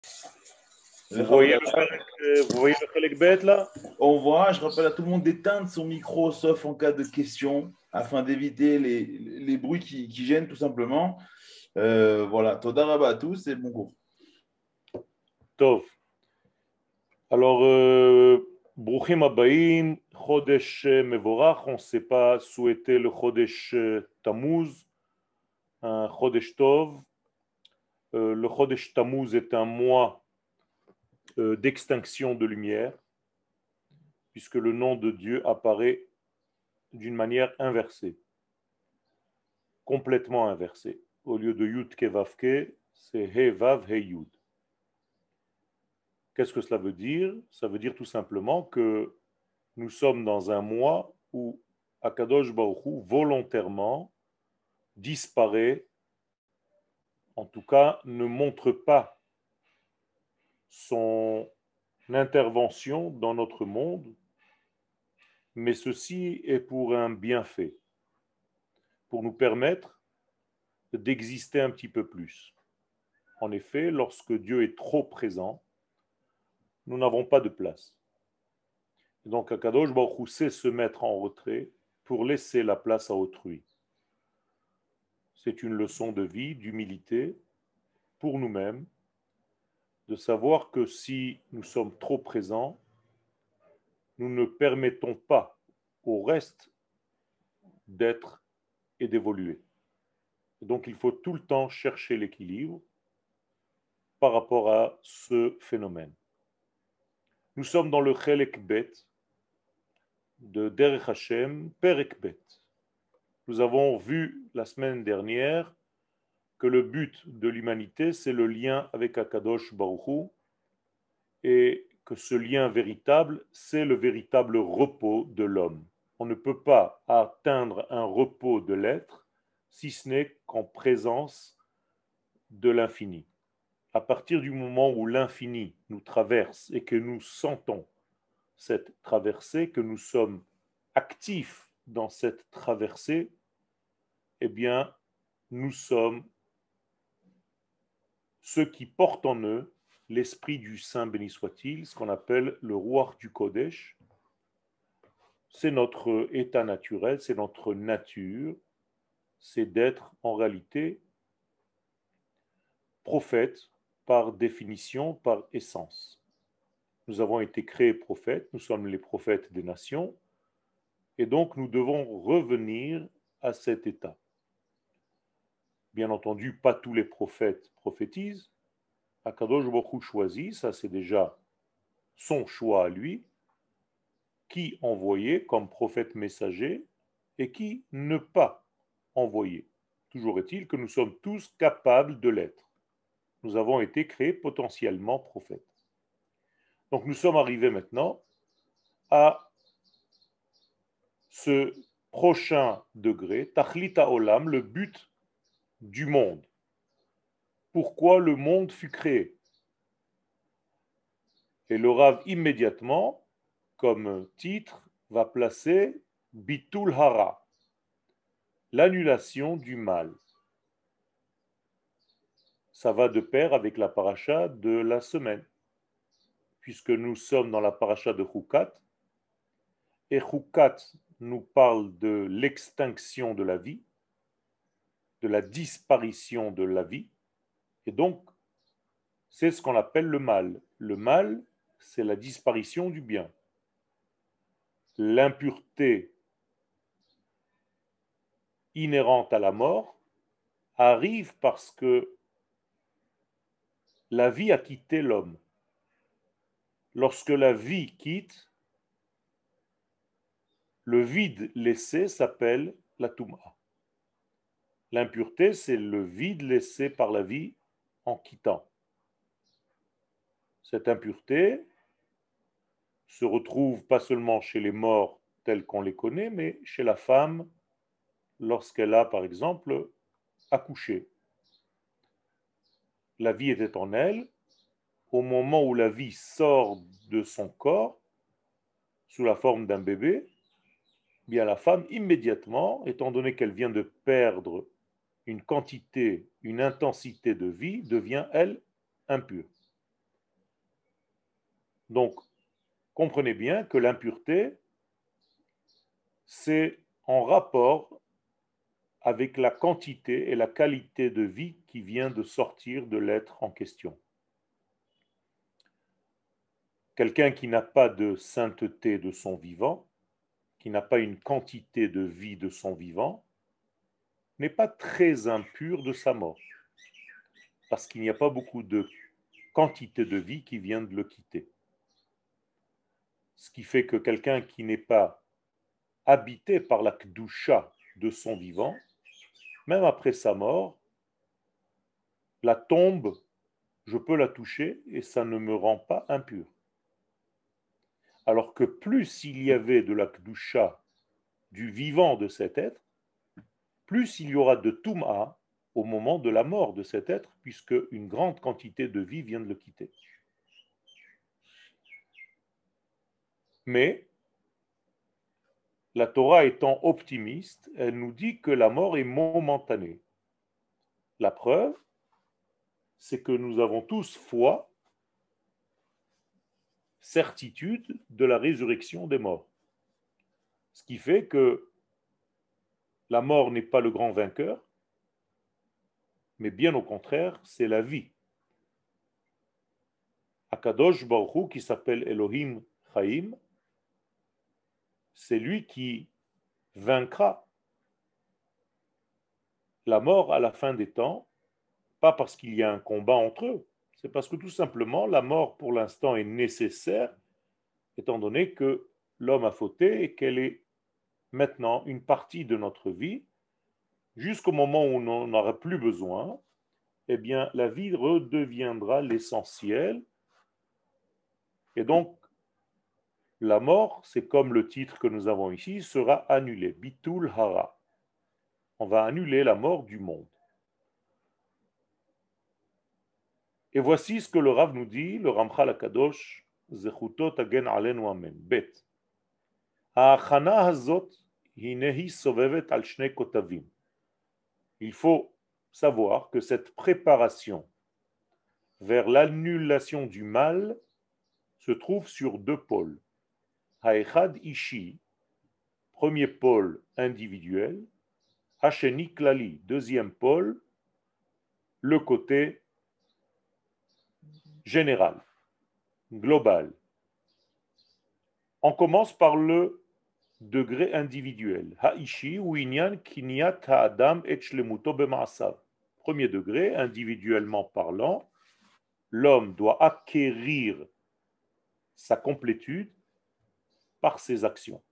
Vous voyez vous voyez le Khalek Bet là? On voit, je rappelle à tout le monde d'éteindre son micro, sauf en cas de question, afin d'éviter les bruits qui gênent tout simplement. Voilà, Toda Rabba à tous et bon cours. Tov. Alors, Bruchim Abaïm, Chodesh Mevorach, on ne sait pas souhaiter le Chodesh Tammuz, un Chodesh Tov. Le Chodesh Tammuz est un mois d'extinction de lumière, puisque le nom de Dieu apparaît d'une manière inversée, complètement inversée. Au lieu de Yud Kevavke, c'est He Vav He Yud. Qu'est-ce que cela veut dire? Ça veut dire tout simplement que nous sommes dans un mois où Akadosh Baruch Hu volontairement disparaît, en tout cas ne montre pas son intervention dans notre monde, mais ceci est pour un bienfait, pour nous permettre d'exister un petit peu plus. En effet, lorsque Dieu est trop présent, nous n'avons pas de place. Donc Akadosh Baruch Hu sait se mettre en retrait pour laisser la place à autrui. C'est une leçon de vie, d'humilité pour nous-mêmes, de savoir que si nous sommes trop présents, nous ne permettons pas au reste d'être et d'évoluer. Donc il faut tout le temps chercher l'équilibre par rapport à ce phénomène. Nous sommes dans le Chelek Bet de Derech Hashem, Perek Bet. Nous avons vu la semaine dernière que le but de l'humanité, c'est le lien avec Akadosh Baruch Hu, et que ce lien véritable, c'est le véritable repos de l'homme. On ne peut pas atteindre un repos de l'être si ce n'est qu'en présence de l'infini. À partir du moment où l'infini nous traverse et que nous sentons cette traversée, que nous sommes actifs dans cette traversée, eh bien, nous sommes ceux qui portent en eux l'esprit du Saint béni soit-il, ce qu'on appelle le Ruach du Kodesh. C'est notre état naturel, c'est notre nature, c'est d'être en réalité prophète par définition, par essence. Nous avons été créés prophètes, nous sommes les prophètes des nations, et donc nous devons revenir à cet état. Bien entendu, pas tous les prophètes prophétisent. Akadosh Baruch Hu choisit, ça c'est déjà son choix à lui, qui envoyer comme prophète messager et qui ne pas envoyer. Toujours est-il que nous sommes tous capables de l'être. Nous avons été créés potentiellement prophètes. Donc nous sommes arrivés maintenant à ce prochain degré, Tachlita Olam, le but du monde. Pourquoi le monde fut créé? Et le Rav immédiatement, comme titre, va placer Bitul Hara, l'annulation du mal. Ça va de pair avec la paracha de la semaine, puisque nous sommes dans la paracha de Chukat, et Chukat nous parle de l'extinction de la vie, de la disparition de la vie, et donc c'est ce qu'on appelle le mal. Le mal, c'est la disparition du bien. L'impureté inhérente à la mort arrive parce que la vie a quitté l'homme. Lorsque la vie quitte, le vide laissé s'appelle la Touma. L'impureté, c'est le vide laissé par la vie en quittant. Cette impureté se retrouve pas seulement chez les morts tels qu'on les connaît, mais chez la femme lorsqu'elle a, par exemple, accouché. La vie était en elle. Au moment où la vie sort de son corps, sous la forme d'un bébé, eh bien la femme, immédiatement, étant donné qu'elle vient de perdre une quantité, une intensité de vie, devient, elle, impure. Donc, comprenez bien que l'impureté, c'est en rapport avec la quantité et la qualité de vie qui vient de sortir de l'être en question. Quelqu'un qui n'a pas de sainteté de son vivant, qui n'a pas une quantité de vie de son vivant, n'est pas très impur de sa mort, parce qu'il n'y a pas beaucoup de quantité de vie qui vient de le quitter. Ce qui fait que quelqu'un qui n'est pas habité par la kdusha de son vivant, même après sa mort, la tombe, je peux la toucher et ça ne me rend pas impur. Alors que plus il y avait de la kdusha du vivant de cet être, plus il y aura de Touma au moment de la mort de cet être, puisque une grande quantité de vie vient de le quitter. Mais la Torah étant optimiste, elle nous dit que la mort est momentanée. La preuve, c'est que nous avons tous foi, certitude de la résurrection des morts. Ce qui fait que la mort n'est pas le grand vainqueur, mais bien au contraire, c'est la vie. Akadosh Baruch Hu, qui s'appelle Elohim Chaim, c'est lui qui vaincra la mort à la fin des temps, pas parce qu'il y a un combat entre eux, c'est parce que tout simplement la mort pour l'instant est nécessaire, étant donné que l'homme a fauté et qu'elle est maintenant une partie de notre vie, jusqu'au moment où on n'en aura plus besoin, eh bien la vie redeviendra l'essentiel. Et donc, la mort, c'est comme le titre que nous avons ici, sera annulé. Bitul hara. On va annuler la mort du monde. Et voici ce que le Rav nous dit, le Ramchal Akadosh, Zechuto tagen alenu amen. Bet. Ha'achana hazot hinehi sovevet al shnei kotavim. Il faut savoir que cette préparation vers l'annulation du mal se trouve sur deux pôles. Ha'echad ishi, premier pôle individuel, Hacheni klali, deuxième pôle, le côté général, global. On commence par le degré individuel. Ha'ishi ou inyan kinyat ha'adam et shlemuto b'ma'asav. Premier degré, individuellement parlant, l'homme doit acquérir sa complétude par ses actions.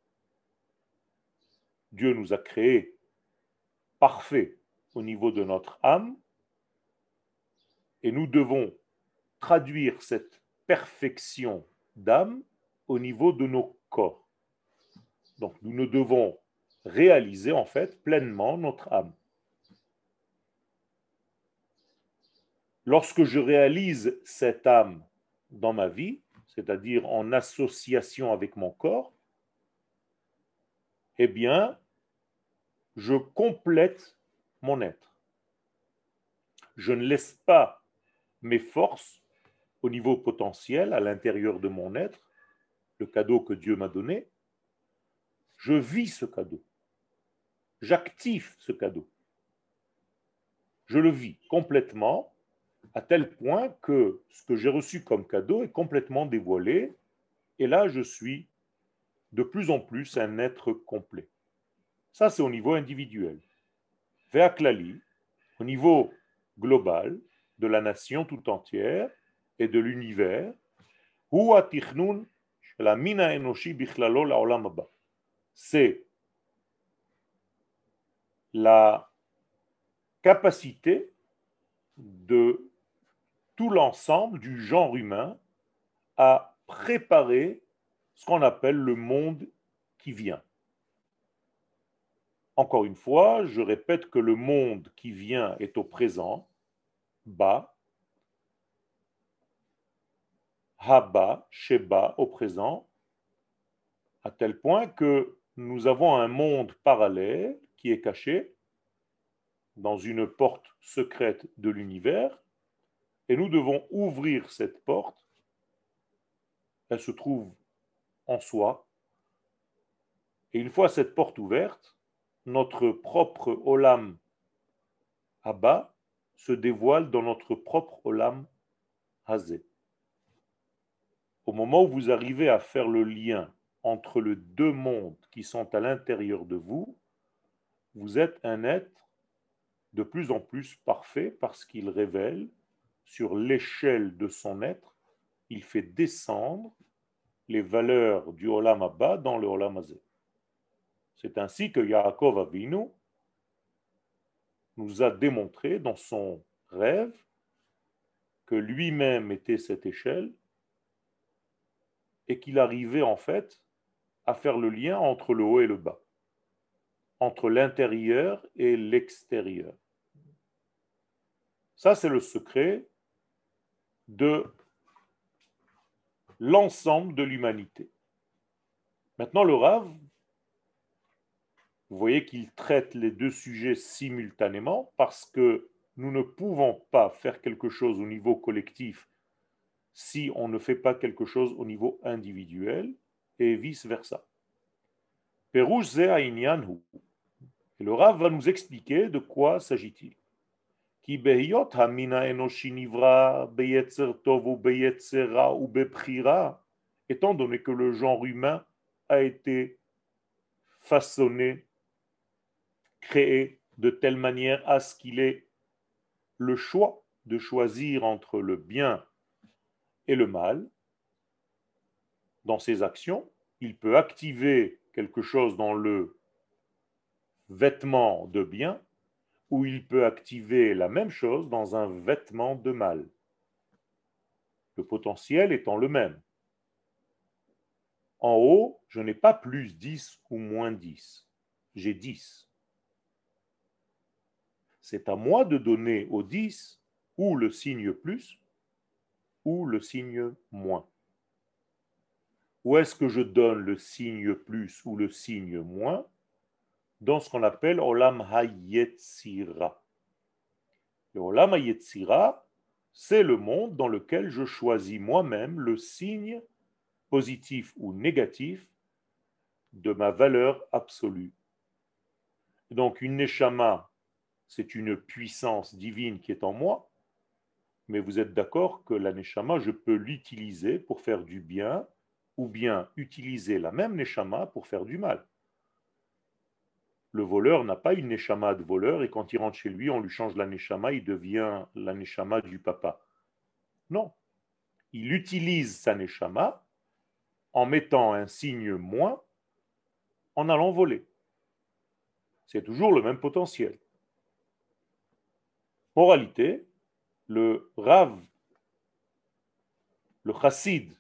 Dieu nous a créés parfaits au niveau de notre âme et nous devons traduire cette perfection d'âme au niveau de nos corps. Donc nous ne devons réaliser en fait pleinement notre âme. Lorsque je réalise cette âme dans ma vie, c'est-à-dire en association avec mon corps, eh bien, je complète mon être. Je ne laisse pas mes forces au niveau potentiel à l'intérieur de mon être, le cadeau que Dieu m'a donné, je vis ce cadeau. J'active ce cadeau. Je le vis complètement à tel point que ce que j'ai reçu comme cadeau est complètement dévoilé et là je suis de plus en plus un être complet. Ça c'est au niveau individuel. Ve'aklali, au niveau global de la nation tout entière et de l'univers, huwa tichnun la mina enoshi bichlalo laolam haba. C'est la capacité de tout l'ensemble du genre humain à préparer ce qu'on appelle le monde qui vient. Encore une fois, je répète que le monde qui vient est au présent, ba, haba, sheba, au présent, à tel point que nous avons un monde parallèle qui est caché dans une porte secrète de l'univers, et nous devons ouvrir cette porte elle se trouve en soi. Et une fois cette porte ouverte, notre propre Olam Abba se dévoile dans notre propre Olam Hazé. Au moment où vous arrivez à faire le lien entre les deux mondes qui sont à l'intérieur de vous, vous êtes un être de plus en plus parfait parce qu'il révèle sur l'échelle de son être, il fait descendre les valeurs du Olam Abba dans le Olam Hazé. C'est ainsi que Yaakov Avinu nous a démontré dans son rêve que lui-même était cette échelle et qu'il arrivait en fait à faire le lien entre le haut et le bas, entre l'intérieur et l'extérieur. Ça, c'est le secret de l'ensemble de l'humanité. Maintenant, le Rav, vous voyez qu'il traite les deux sujets simultanément parce que nous ne pouvons pas faire quelque chose au niveau collectif si on ne fait pas quelque chose au niveau individuel et vice-versa. Perouche ze ha'inyan hu. Et le Rav va nous expliquer de quoi s'agit-il. Ki behiyot hamina enoshi nivra beyetzer tov ou beyetzer ra ou bebchira, étant donné que le genre humain a été façonné, créé de telle manière à ce qu'il ait le choix de choisir entre le bien et le mal dans ses actions, il peut activer quelque chose dans le vêtement de bien ou il peut activer la même chose dans un vêtement de mal. Le potentiel étant le même. En haut, je n'ai pas plus 10 ou moins 10. J'ai 10. C'est à moi de donner au 10 ou le signe plus ou le signe moins. Où est-ce que je donne le signe plus ou le signe moins? Dans ce qu'on appelle Olam HaYetzira. Le Olam HaYetzira, c'est le monde dans lequel je choisis moi-même le signe positif ou négatif de ma valeur absolue. Donc une neshama, c'est une puissance divine qui est en moi, mais vous êtes d'accord que la neshama, je peux l'utiliser pour faire du bien, ou bien utiliser la même neshama pour faire du mal. Le voleur n'a pas une neshama de voleur, et quand il rentre chez lui, on lui change la neshama, il devient la neshama du papa. Non. Il utilise sa neshama en mettant un signe moins, en allant voler. C'est toujours le même potentiel. Moralité, le Rav, le Chassid,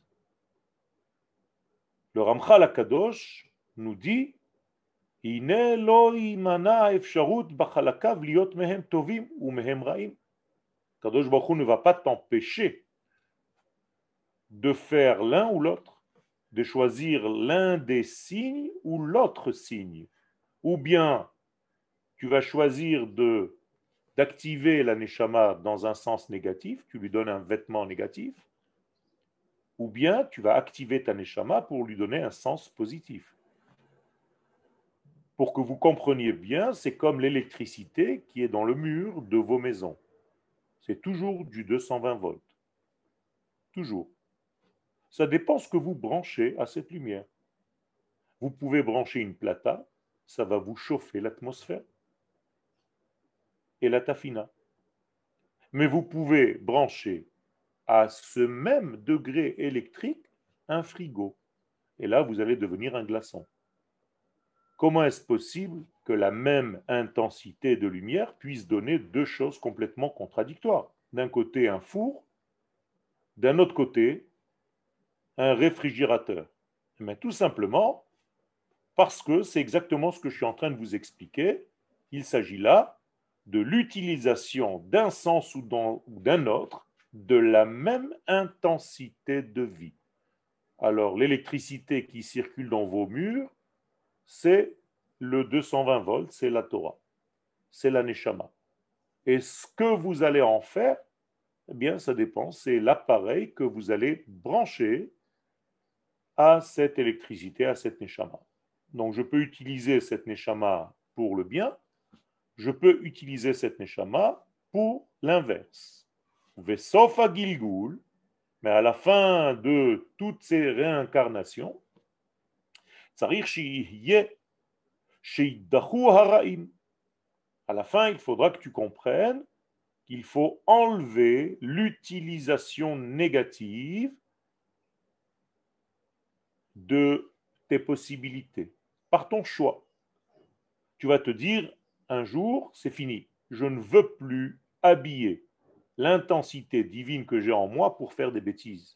le Ramchal HaKadosh nous dit Hine lo imana efsharut bachalakav liot mehem tovim ou mehem raim. Kadosh Baruch Hu ne va pas t'empêcher de faire l'un ou l'autre, de choisir l'un des signes ou l'autre signe. Ou bien tu vas choisir d'activer la neshama dans un sens négatif, tu lui donnes un vêtement négatif, ou bien tu vas activer ta neshama pour lui donner un sens positif. Pour que vous compreniez bien, c'est comme l'électricité qui est dans le mur de vos maisons. C'est toujours du 220 volts. Toujours. Ça dépend ce que vous branchez à cette lumière. Vous pouvez brancher une plata, ça va vous chauffer l'atmosphère et la tafina. Mais vous pouvez brancher à ce même degré électrique un frigo. Et là, vous allez devenir un glaçon. Comment est-ce possible que la même intensité de lumière puisse donner deux choses complètement contradictoires? D'un côté, un four, d'un autre côté, un réfrigérateur. Mais tout simplement parce que c'est exactement ce que je suis en train de vous expliquer. Il s'agit là de l'utilisation d'un sens ou d'un autre de la même intensité de vie. Alors, l'électricité qui circule dans vos murs, c'est le 220 volts, c'est la Torah, c'est la Neshama. Et ce que vous allez en faire, eh bien, ça dépend, c'est l'appareil que vous allez brancher à cette électricité, à cette neshama. Donc je peux utiliser cette neshama pour le bien, je peux utiliser cette neshama pour l'inverse. Vesofa Gilgul, mais à la fin de toutes ces réincarnations, Tsarich Shiye Sheidahu Haraim. À la fin, il faudra que tu comprennes qu'il faut enlever l'utilisation négative de tes possibilités, par ton choix. Tu vas te dire, un jour, c'est fini. Je ne veux plus habiller l'intensité divine que j'ai en moi pour faire des bêtises.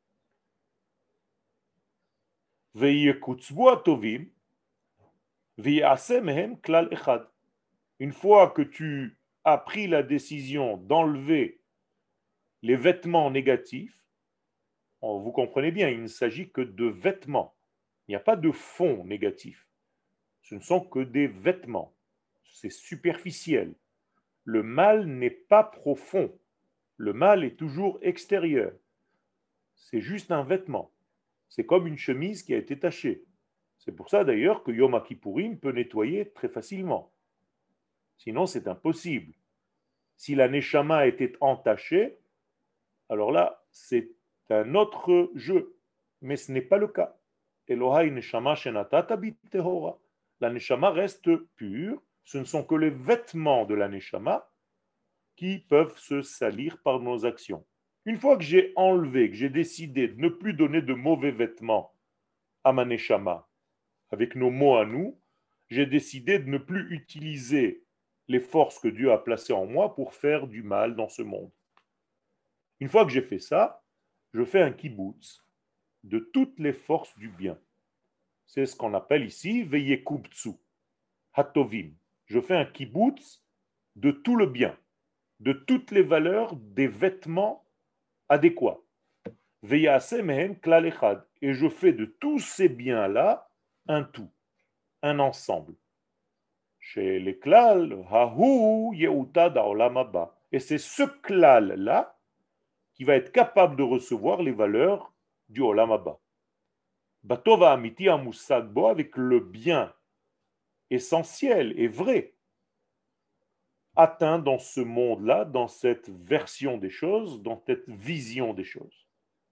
Une fois que tu as pris la décision d'enlever les vêtements négatifs, vous comprenez bien, il ne s'agit que de vêtements. Il n'y a pas de fond négatif. Ce ne sont que des vêtements. C'est superficiel. Le mal n'est pas profond. Le mal est toujours extérieur. C'est juste un vêtement. C'est comme une chemise qui a été tachée. C'est pour ça d'ailleurs que Yom Kippourim peut nettoyer très facilement. Sinon, c'est impossible. Si la Neshama était entachée, alors là, c'est un autre jeu. Mais ce n'est pas le cas. Elohai Neshama Shenatata Bit Tehora. La Neshama reste pure. Ce ne sont que les vêtements de la Neshama qui peuvent se salir par nos actions. Une fois que j'ai enlevé, que j'ai décidé de ne plus donner de mauvais vêtements à ma Neshama, avec nos mots à nous, j'ai décidé de ne plus utiliser les forces que Dieu a placées en moi pour faire du mal dans ce monde. Une fois que j'ai fait ça, je fais un kibbutz de toutes les forces du bien. C'est ce qu'on appelle ici Veyekubtsu, Hatovim. Je fais un kibbutz de tout le bien, de toutes les valeurs des vêtements adéquats. Veyase mehem klal echad. Et je fais de tous ces biens-là un tout, un ensemble. Chez les klal, hahu yeuta daolam haba. Et c'est ce klal-là qui va être capable de recevoir les valeurs du olam haba. Batova amiti amusagbo, avec le bien essentiel et vrai atteint dans ce monde-là, dans cette version des choses, dans cette vision des choses.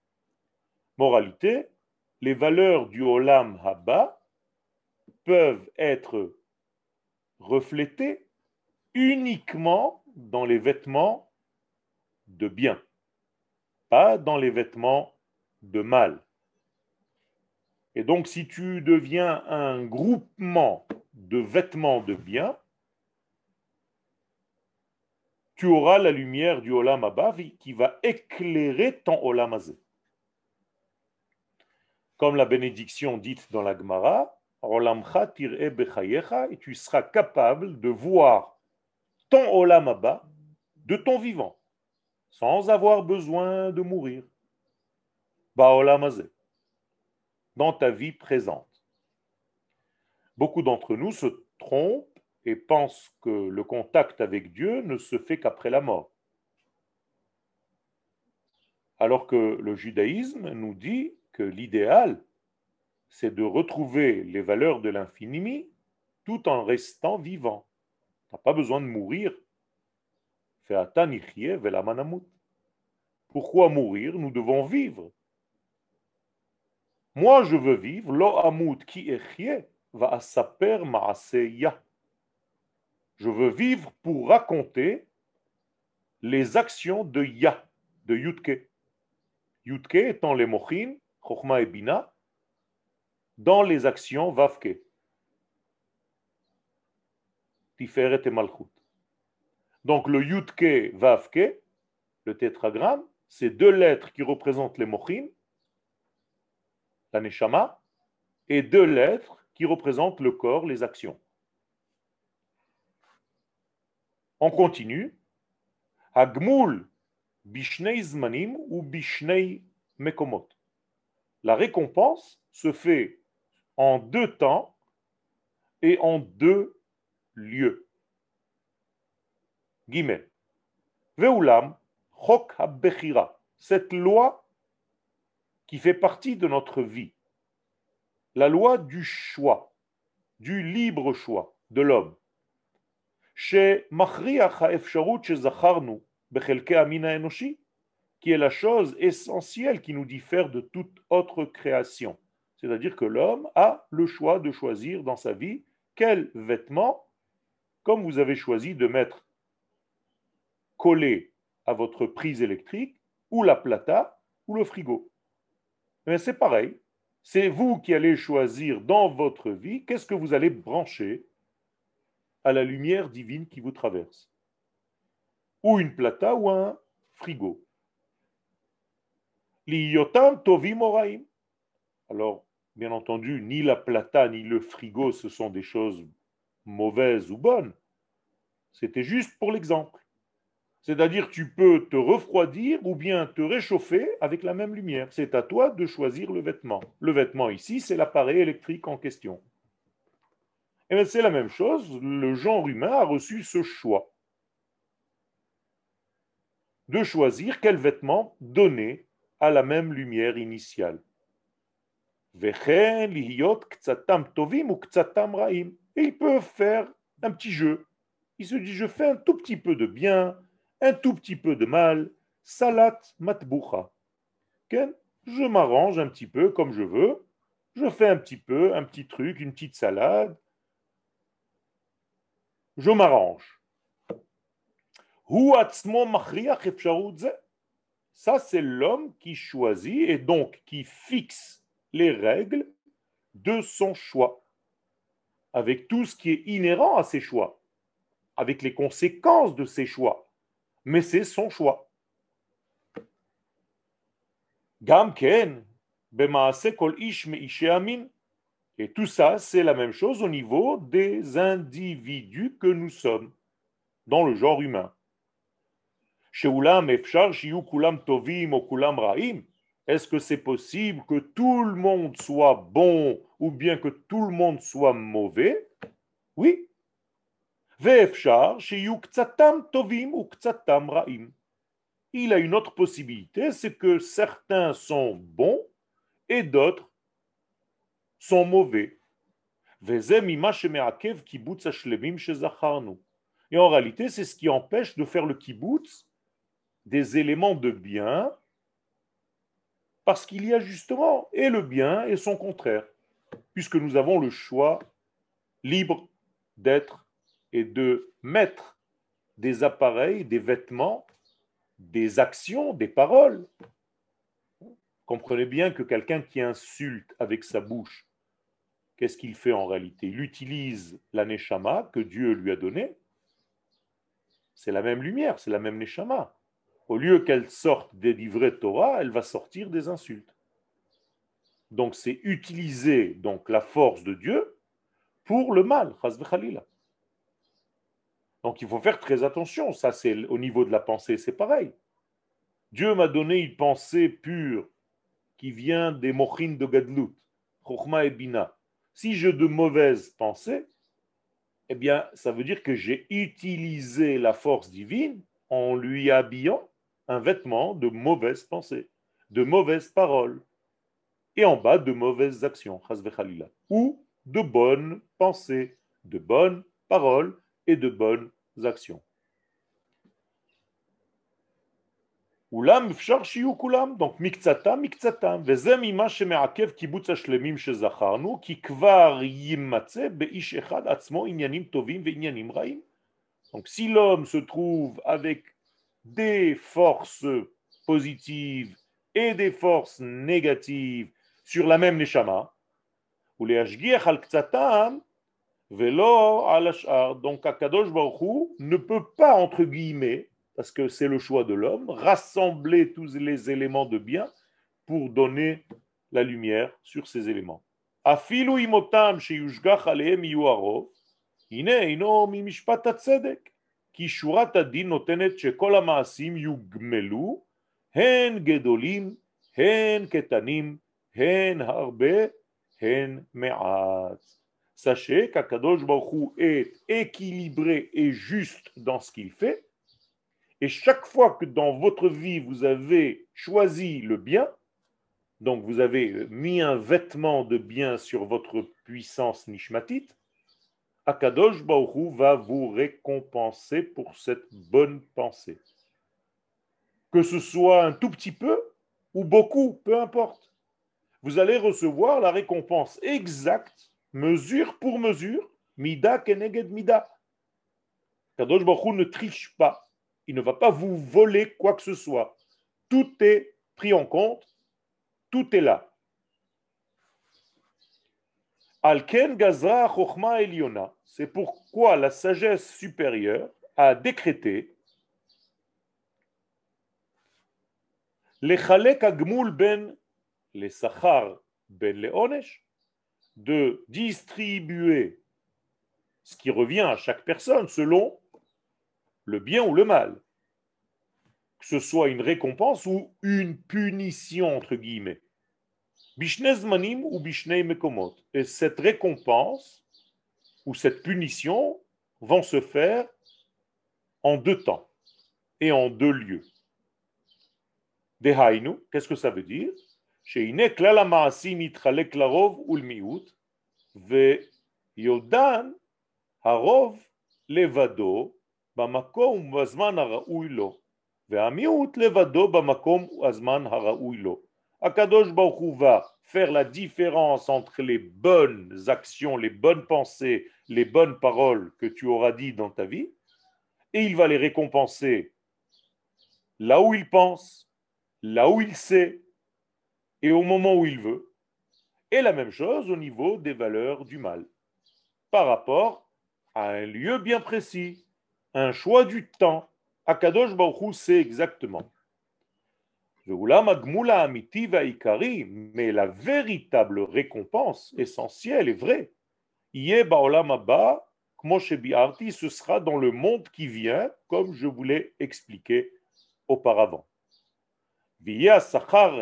Moralité, les valeurs du olam haba peuvent être reflétées uniquement dans les vêtements de bien, pas dans les vêtements de mal. Et donc, si tu deviens un groupement de vêtements de bien, tu auras la lumière du Olam Haba qui va éclairer ton Olam Hazé. Comme la bénédiction dite dans la Gemara, Olamcha tir'e bechayecha, et tu seras capable de voir ton Olam Haba de ton vivant, sans avoir besoin de mourir. Ba Olam Hazé, dans ta vie présente. Beaucoup d'entre nous se trompent et pensent que le contact avec Dieu ne se fait qu'après la mort. Alors que le judaïsme nous dit que l'idéal, c'est de retrouver les valeurs de l'infini tout en restant vivant. Tu n'as pas besoin de mourir. Pourquoi mourir? Nous devons vivre. Moi, je veux vivre. Lo amut ki echye va asaper maaseya. Je veux vivre pour raconter les actions de Ya, de Yutke. Yutke étant les mochin, Chochma et Bina, dans les actions Vavke, Tiferet et Malchut. Donc le Yutke Vavke, le tétragramme, c'est deux lettres qui représentent les mochin, la Neshama, et deux lettres qui représentent le corps, les actions. On continue. Hagmul bishnei zmanim ou bishnei mekomot. La récompense se fait en deux temps et en deux lieux. Gimel. Veulam chok habechira. Cette loi qui fait partie de notre vie, la loi du choix, du libre choix de l'homme. Chez Machriach ha'efsharut shezacharnu bechelkei hamina enoshi, qui est la chose essentielle qui nous diffère de toute autre création. C'est-à-dire que l'homme a le choix de choisir dans sa vie quel vêtement, comme vous avez choisi de mettre collé à votre prise électrique, ou la plata, ou le frigo. Mais c'est pareil, c'est vous qui allez choisir dans votre vie qu'est-ce que vous allez brancher à la lumière divine qui vous traverse. Ou une plata ou un frigo. Liyotam tovim oraim. Alors, bien entendu, ni la plata ni le frigo, ce sont des choses mauvaises ou bonnes. C'était juste pour l'exemple. C'est-à-dire tu peux te refroidir ou bien te réchauffer avec la même lumière. C'est à toi de choisir le vêtement. Le vêtement ici, c'est l'appareil électrique en question. Et bien c'est la même chose, le genre humain a reçu ce choix de choisir quel vêtement donner à la même lumière initiale. Et ils peuvent faire un petit jeu. Il se dit, je fais un tout petit peu de bien, un tout petit peu de mal, salat matboucha. Je m'arrange un petit peu comme je veux, je fais un petit peu, un petit truc, une petite salade, je m'arrange. Ça, c'est l'homme qui choisit et donc qui fixe les règles de son choix, avec tout ce qui est inhérent à ses choix, avec les conséquences de ses choix. Mais c'est son choix. Gam ken, bemaase kol ish meishe amin. Et tout ça, c'est la même chose au niveau des individus que nous sommes, dans le genre humain. Sheulam efshar shiyu kulam tovim o kulam ra'im. Est-ce que c'est possible que tout le monde soit bon ou bien que tout le monde soit mauvais? Oui. Ve'efshar shiyu k'tsatam tovim ou k'tsatam ra'im. Il a une autre possibilité, c'est que certains sont bons et d'autres sont mauvais. Et en réalité, c'est ce qui empêche de faire le kibbutz des éléments de bien, parce qu'il y a justement et le bien et son contraire, puisque nous avons le choix libre d'être et de mettre des appareils, des vêtements, des actions, des paroles. Comprenez bien que quelqu'un qui insulte avec sa bouche, qu'est-ce qu'il fait en réalité? Il utilise la neshama que Dieu lui a donnée. C'est la même lumière, c'est la même neshama. Au lieu qu'elle sorte des livrets Torah, elle va sortir des insultes. Donc c'est utiliser donc la force de Dieu pour le mal. Chas v'chalila. Donc il faut faire très attention. Ça, c'est au niveau de la pensée, c'est pareil. Dieu m'a donné une pensée pure qui vient des mochin de Gadlut, Chochma et Bina. Si j'ai de mauvaises pensées, eh bien, ça veut dire que j'ai utilisé la force divine en lui habillant un vêtement de mauvaises pensées, de mauvaises paroles, et en bas de mauvaises actions, chas v'chalila, ou de bonnes pensées, de bonnes paroles et de bonnes actions. Oulam אפשר שיהיו כולם, donc מקצתם מקצתם, וזה ממה שמעכב קיבוץ השלמים שזכרנו, כי כבר יימצא באיש אחד עצמו עניינים טובים ועניינים רעים. Donc si l'homme se trouve avec des forces positives et des forces négatives sur la même neshama, ולהשגיח על קצתם ולא על השאר, donc הקדוש ברוך הוא ne peut pas, entre guillemets, parce que c'est le choix de l'homme, rassembler tous les éléments de bien pour donner la lumière sur ces éléments. Afilu imotam sheyushgach alehem yhu harov, hine eino mimishpat hatzedek, ki shurat hadin notenet shekol hamaasim yugmelu, hen gedolim, hen ketanim, hen harbe, hen me'at. Sachez qu'Akadosh Baruch Hu est équilibré et juste dans ce qu'il fait. Et chaque fois que dans votre vie, vous avez choisi le bien, Donc vous avez mis un vêtement de bien sur votre puissance nishmatit, Akadosh Baruch Hu va vous récompenser pour cette bonne pensée. Que ce soit un tout petit peu ou beaucoup, peu importe. Vous allez recevoir la récompense exacte, mesure pour mesure, mida keneged mida. Kadosh Baruch Hu ne triche pas. Il ne va pas vous voler quoi que ce soit. Tout est pris en compte, tout est là. Alken gazra chokhma eliona. C'est pourquoi la sagesse supérieure a décrété lechalek agmul ben les sachar ben le onesh, de distribuer ce qui revient à chaque personne selon le bien ou le mal, que ce soit une récompense ou une punition, entre guillemets. Bishnei zmanim ou bishnei mekomot. Et cette récompense ou cette punition vont se faire en deux temps et en deux lieux. Dehainu, qu'est-ce que ça veut dire? Sheine klal ha'ma'asim yitchalek larov ulmiut, ve yodan harov levado bamakom ובזמן הראוי לו, והמיעוט לבדו במקום ובזמן הראוי לו. Akadosh Baruch Hu va faire la différence entre les bonnes actions, les bonnes pensées, les bonnes paroles que tu auras dit dans ta vie, et il va les récompenser là où il pense, là où il sait, et au moment où il veut. Et la même chose au niveau des valeurs du mal, par rapport à un lieu bien précis, un choix du temps. Akadosh Baruch Hu sait exactement. Mais la véritable récompense essentielle et vraie, ce sera dans le monde qui vient, comme je vous l'ai expliqué auparavant. Qu'est-ce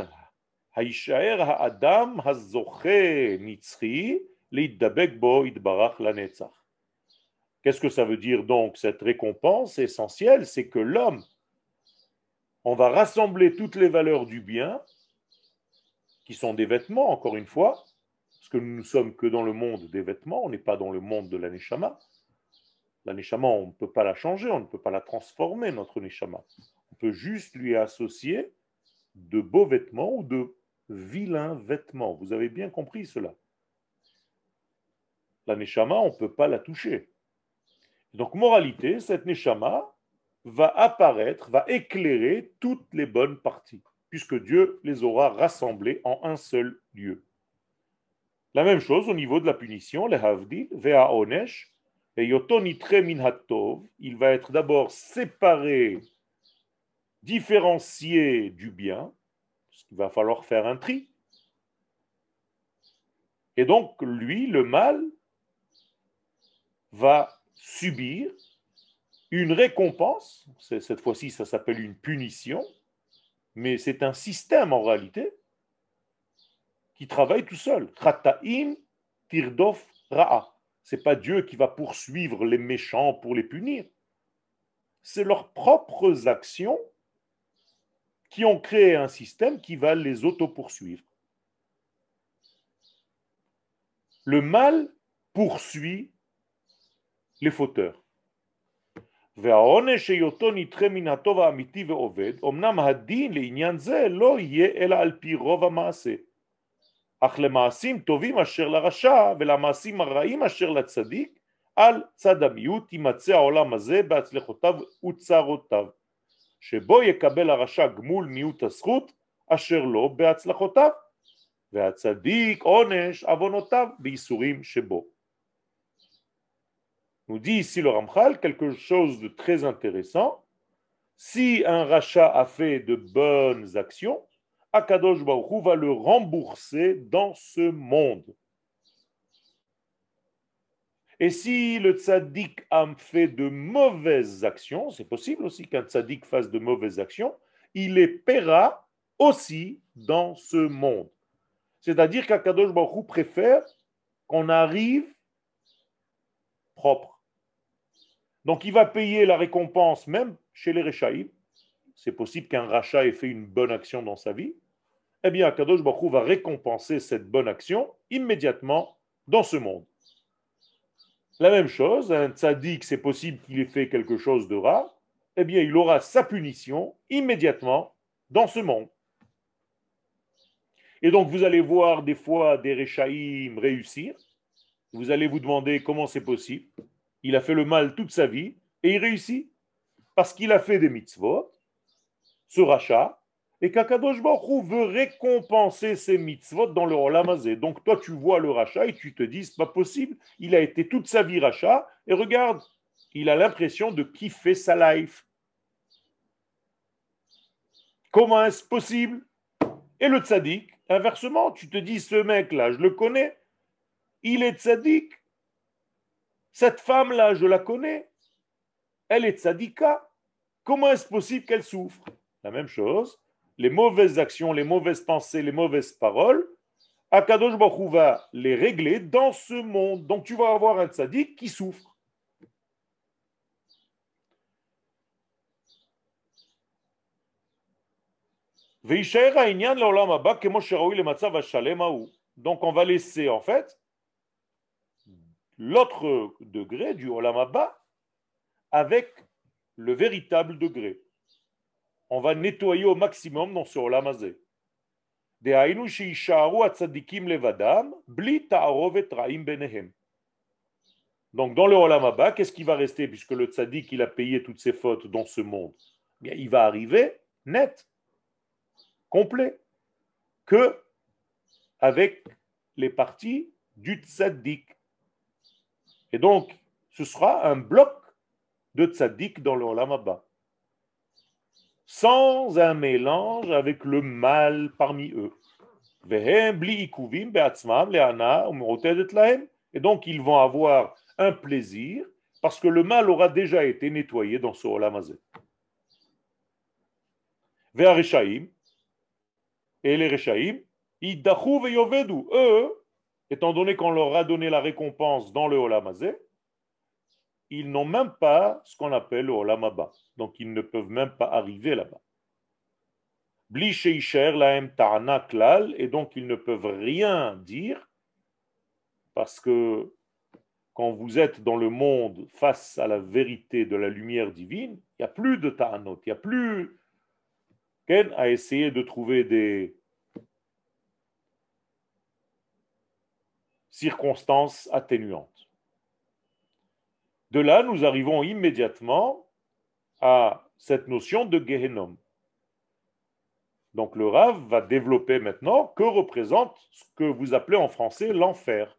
que ça veut dire donc cette récompense essentielle? C'est que l'homme, on va rassembler toutes les valeurs du bien, qui sont des vêtements, encore une fois, parce que nous ne sommes que dans le monde des vêtements, on n'est pas dans le monde de la Neshama. La Neshama, on ne peut pas la changer, on ne peut pas la transformer, notre Neshama. On peut juste lui associer de beaux vêtements ou de vilains vêtements. Vous avez bien compris cela. La Neshama, on ne peut pas la toucher. Donc, moralité, cette Neshama va apparaître, va éclairer toutes les bonnes parties, puisque Dieu les aura rassemblées en un seul lieu. La même chose au niveau de la punition, le havdil, vea onesh, et yotonitre min hatov, il va être d'abord séparé, différencié du bien, parce qu'il va falloir faire un tri. Et donc, lui, le mal, va subir une récompense, cette fois-ci ça s'appelle une punition, mais c'est un système en réalité qui travaille tout seul. Chata'im tirdof ra'a. C'est pas Dieu qui va poursuivre les méchants pour les punir. C'est leurs propres actions qui ont créé un système qui va les auto-poursuivre. Le mal poursuit les fauteurs. והעונש היותו נדחה מן הטוב האמיתי ועובד, אמנם הדין לעניין זה לא יהיה אלא על פי רוב המעשה. אך למעשים טובים אשר לרשע ולמעשים הרעים אשר לצדיק, על צד המיעוט יימצא העולם הזה בהצלחותיו וצרותיו, שבו יקבל הרשע גמול מיעוט הזכות אשר לו בהצלחותיו, והצדיק עונש עוונותיו בייסורים שבו. Nous dit ici le Ramchal quelque chose de très intéressant. Si un rachat a fait de bonnes actions, Akadosh Baruch Hu va le rembourser dans ce monde. Et si le tzaddik a fait de mauvaises actions, c'est possible aussi qu'un tzaddik fasse de mauvaises actions, il les paiera aussi dans ce monde. C'est-à-dire qu'Akadosh Baruch Hu préfère qu'on arrive propre. Donc il va payer la récompense même chez les Rechaïm. C'est possible qu'un rachat ait fait une bonne action dans sa vie. eh bien, Akadosh Baruch Hu va récompenser cette bonne action immédiatement dans ce monde. La même chose, un tzaddik, c'est possible qu'il ait fait quelque chose de rare, eh bien, il aura sa punition immédiatement dans ce monde. Et donc, vous allez voir des fois des Réchaïm réussir. Vous allez vous demander comment c'est possible. Il a fait le mal toute sa vie et il réussit. Parce qu'il a fait des mitzvot, ce rachat, et qu'Akadosh Baruch Hu veut récompenser ces mitzvot dans le Olam Hazé. Donc toi, tu vois le rachat et tu te dis, c'est pas possible. Il a été toute sa vie rachat et regarde, il a l'impression de kiffer sa life. Comment est-ce possible? Et le tzaddik, inversement, tu te dis, ce mec-là, je le connais, il est tzaddik. Cette femme-là, je la connais, elle est tzadika. Comment est-ce possible qu'elle souffre? La même chose, les mauvaises actions, les mauvaises pensées, les mauvaises paroles, Akadosh Baruch Hu va les régler dans ce monde. Donc tu vas avoir un tzaddik qui souffre. Donc on va laisser en fait l'autre degré du Olam Haba avec le véritable degré. On va nettoyer au maximum dans ce Olam Hazé. Donc dans le Olam Haba, qu'est-ce qui va rester puisque le tzaddik il a payé toutes ses fautes dans ce monde? Bien, il va arriver net, complet, que avec les parties du tzaddik. Et donc, ce sera un bloc de tzaddik dans le Olam Haba, sans un mélange avec le mal parmi eux. Et donc, ils vont avoir un plaisir parce que le mal aura déjà été nettoyé dans ce Olam Hazé. Et les Reshaïm, eux, étant donné qu'on leur a donné la récompense dans le Olam Hazé, ils n'ont même pas ce qu'on appelle le Olam Haba. Donc, ils ne peuvent même pas arriver là-bas. Et donc, ils ne peuvent rien dire parce que quand vous êtes dans le monde face à la vérité de la lumière divine, il n'y a plus de ta'anot, il n'y a plus à essayer de trouver des circonstances atténuantes. De là, nous arrivons immédiatement à cette notion de Gehenom. Donc le Rav va développer maintenant que représente ce que vous appelez en français l'enfer.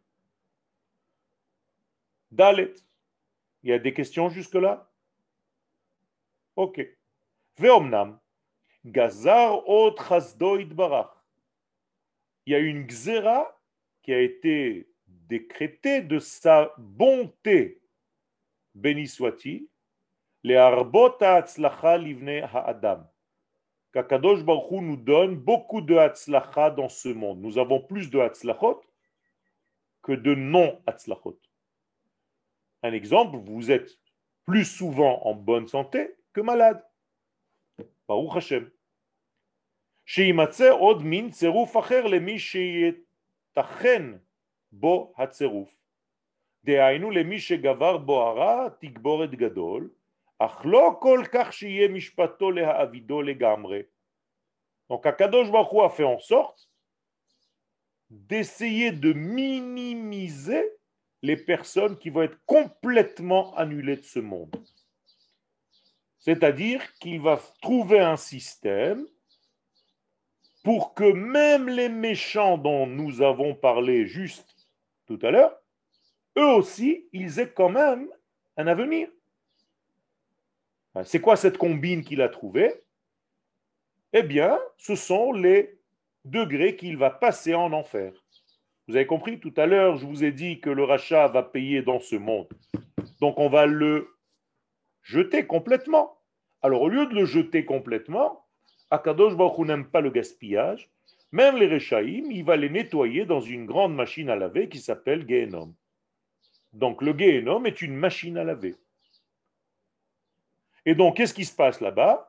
Dalet. Il y a des questions jusque-là? Ok. Veomnam. Gazar ot chasdo itbarach. Il y a une xéra qui a été décrétée de sa bonté, béni soit-il, les arbot ha'atzlacha livnei ha'adam. Qu'Akadosh Baruch Hu nous donne beaucoup de hatzlacha dans ce monde. Nous avons plus de hatzlachot que de non-hatzlachot. Un exemple, vous êtes plus souvent en bonne santé que malade. Baruch Hashem. Sheimatze od min tzeruf acher lemi sheyetachen bo hatzeruf. Dehainu lemi shegavar bo hara tigboret gadol. Ach lo kol kach sheyeh mishpato leha'avido legamre. Donc Akadosh Baruch Hu a fait en sorte d'essayer de minimiser les personnes qui vont être complètement annulées de ce monde. C'est-à-dire qu'il va trouver un système pour que même les méchants dont nous avons parlé juste tout à l'heure, eux aussi, ils aient quand même un avenir. C'est quoi cette combine qu'il a trouvée? Eh bien, ce sont les degrés qu'il va passer en enfer. Vous avez compris? Tout à l'heure, je vous ai dit que le rachat va payer dans ce monde. Donc, on va le jeter complètement. Alors, au lieu de le jeter complètement, Akadosh Baruch Hu n'aime pas le gaspillage. Même les Rechaïm, il va les nettoyer dans une grande machine à laver qui s'appelle Gehenom. Donc, le Gehenom est une machine à laver. Et donc, qu'est-ce qui se passe là-bas?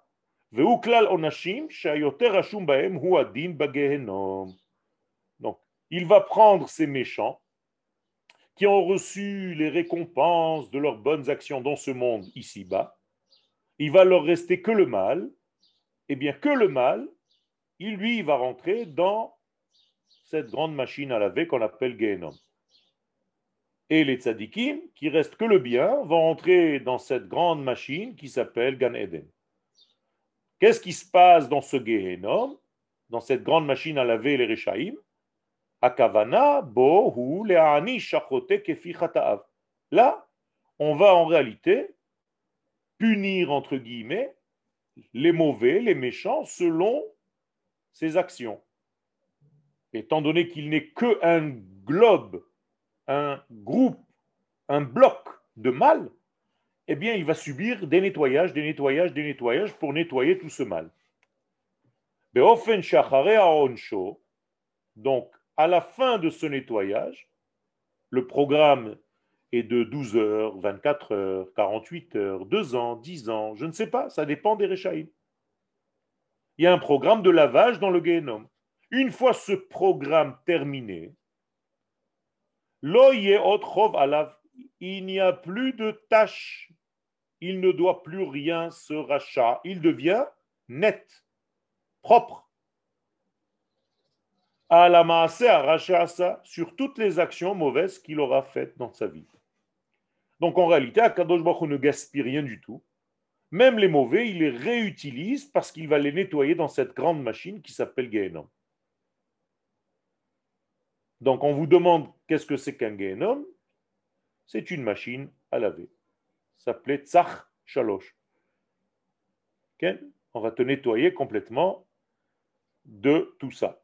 והוא כלל עונשים שהיותר רשום בהם הוא הדין בגיהנום. Donc, il va prendre ces méchants qui ont reçu les récompenses de leurs bonnes actions dans ce monde ici-bas. Il va leur rester que le mal. Et bien que le mal, il va rentrer dans cette grande machine à laver qu'on appelle Gehenom. Et les tzadikim, qui restent que le bien, vont rentrer dans cette grande machine qui s'appelle Gan Eden. Qu'est-ce qui se passe dans ce Gehenom, dans cette grande machine à laver les Rechaim? Akavana bo hu le'ani shachote kefi chata'av. Là, on va en réalité punir, entre guillemets, les mauvais, les méchants, selon ses actions. Étant donné qu'il n'est qu'un globe, un groupe, un bloc de mal, eh bien, il va subir des nettoyages, des nettoyages, des nettoyages pour nettoyer tout ce mal. Donc, à la fin de ce nettoyage, le programme est de 12 heures, 24 heures, 48 heures, 2 ans, 10 ans, je ne sais pas, ça dépend des Rechaïm. Il y a un programme de lavage dans le Gehenom. Une fois ce programme terminé, il n'y a plus de tâches. Il ne doit plus rien se rachat. Il devient net, propre. À la maaseh arachasa, sur toutes les actions mauvaises qu'il aura faites dans sa vie. Donc en réalité, Akadosh Baruch Hu ne gaspille rien du tout. Même les mauvais, il les réutilise parce qu'il va les nettoyer dans cette grande machine qui s'appelle Gehenom. Donc on vous demande qu'est-ce que c'est qu'un Gehenom? C'est une machine à laver. Ça s'appelait Tzach Shalosh. Okay? On va te nettoyer complètement de tout ça.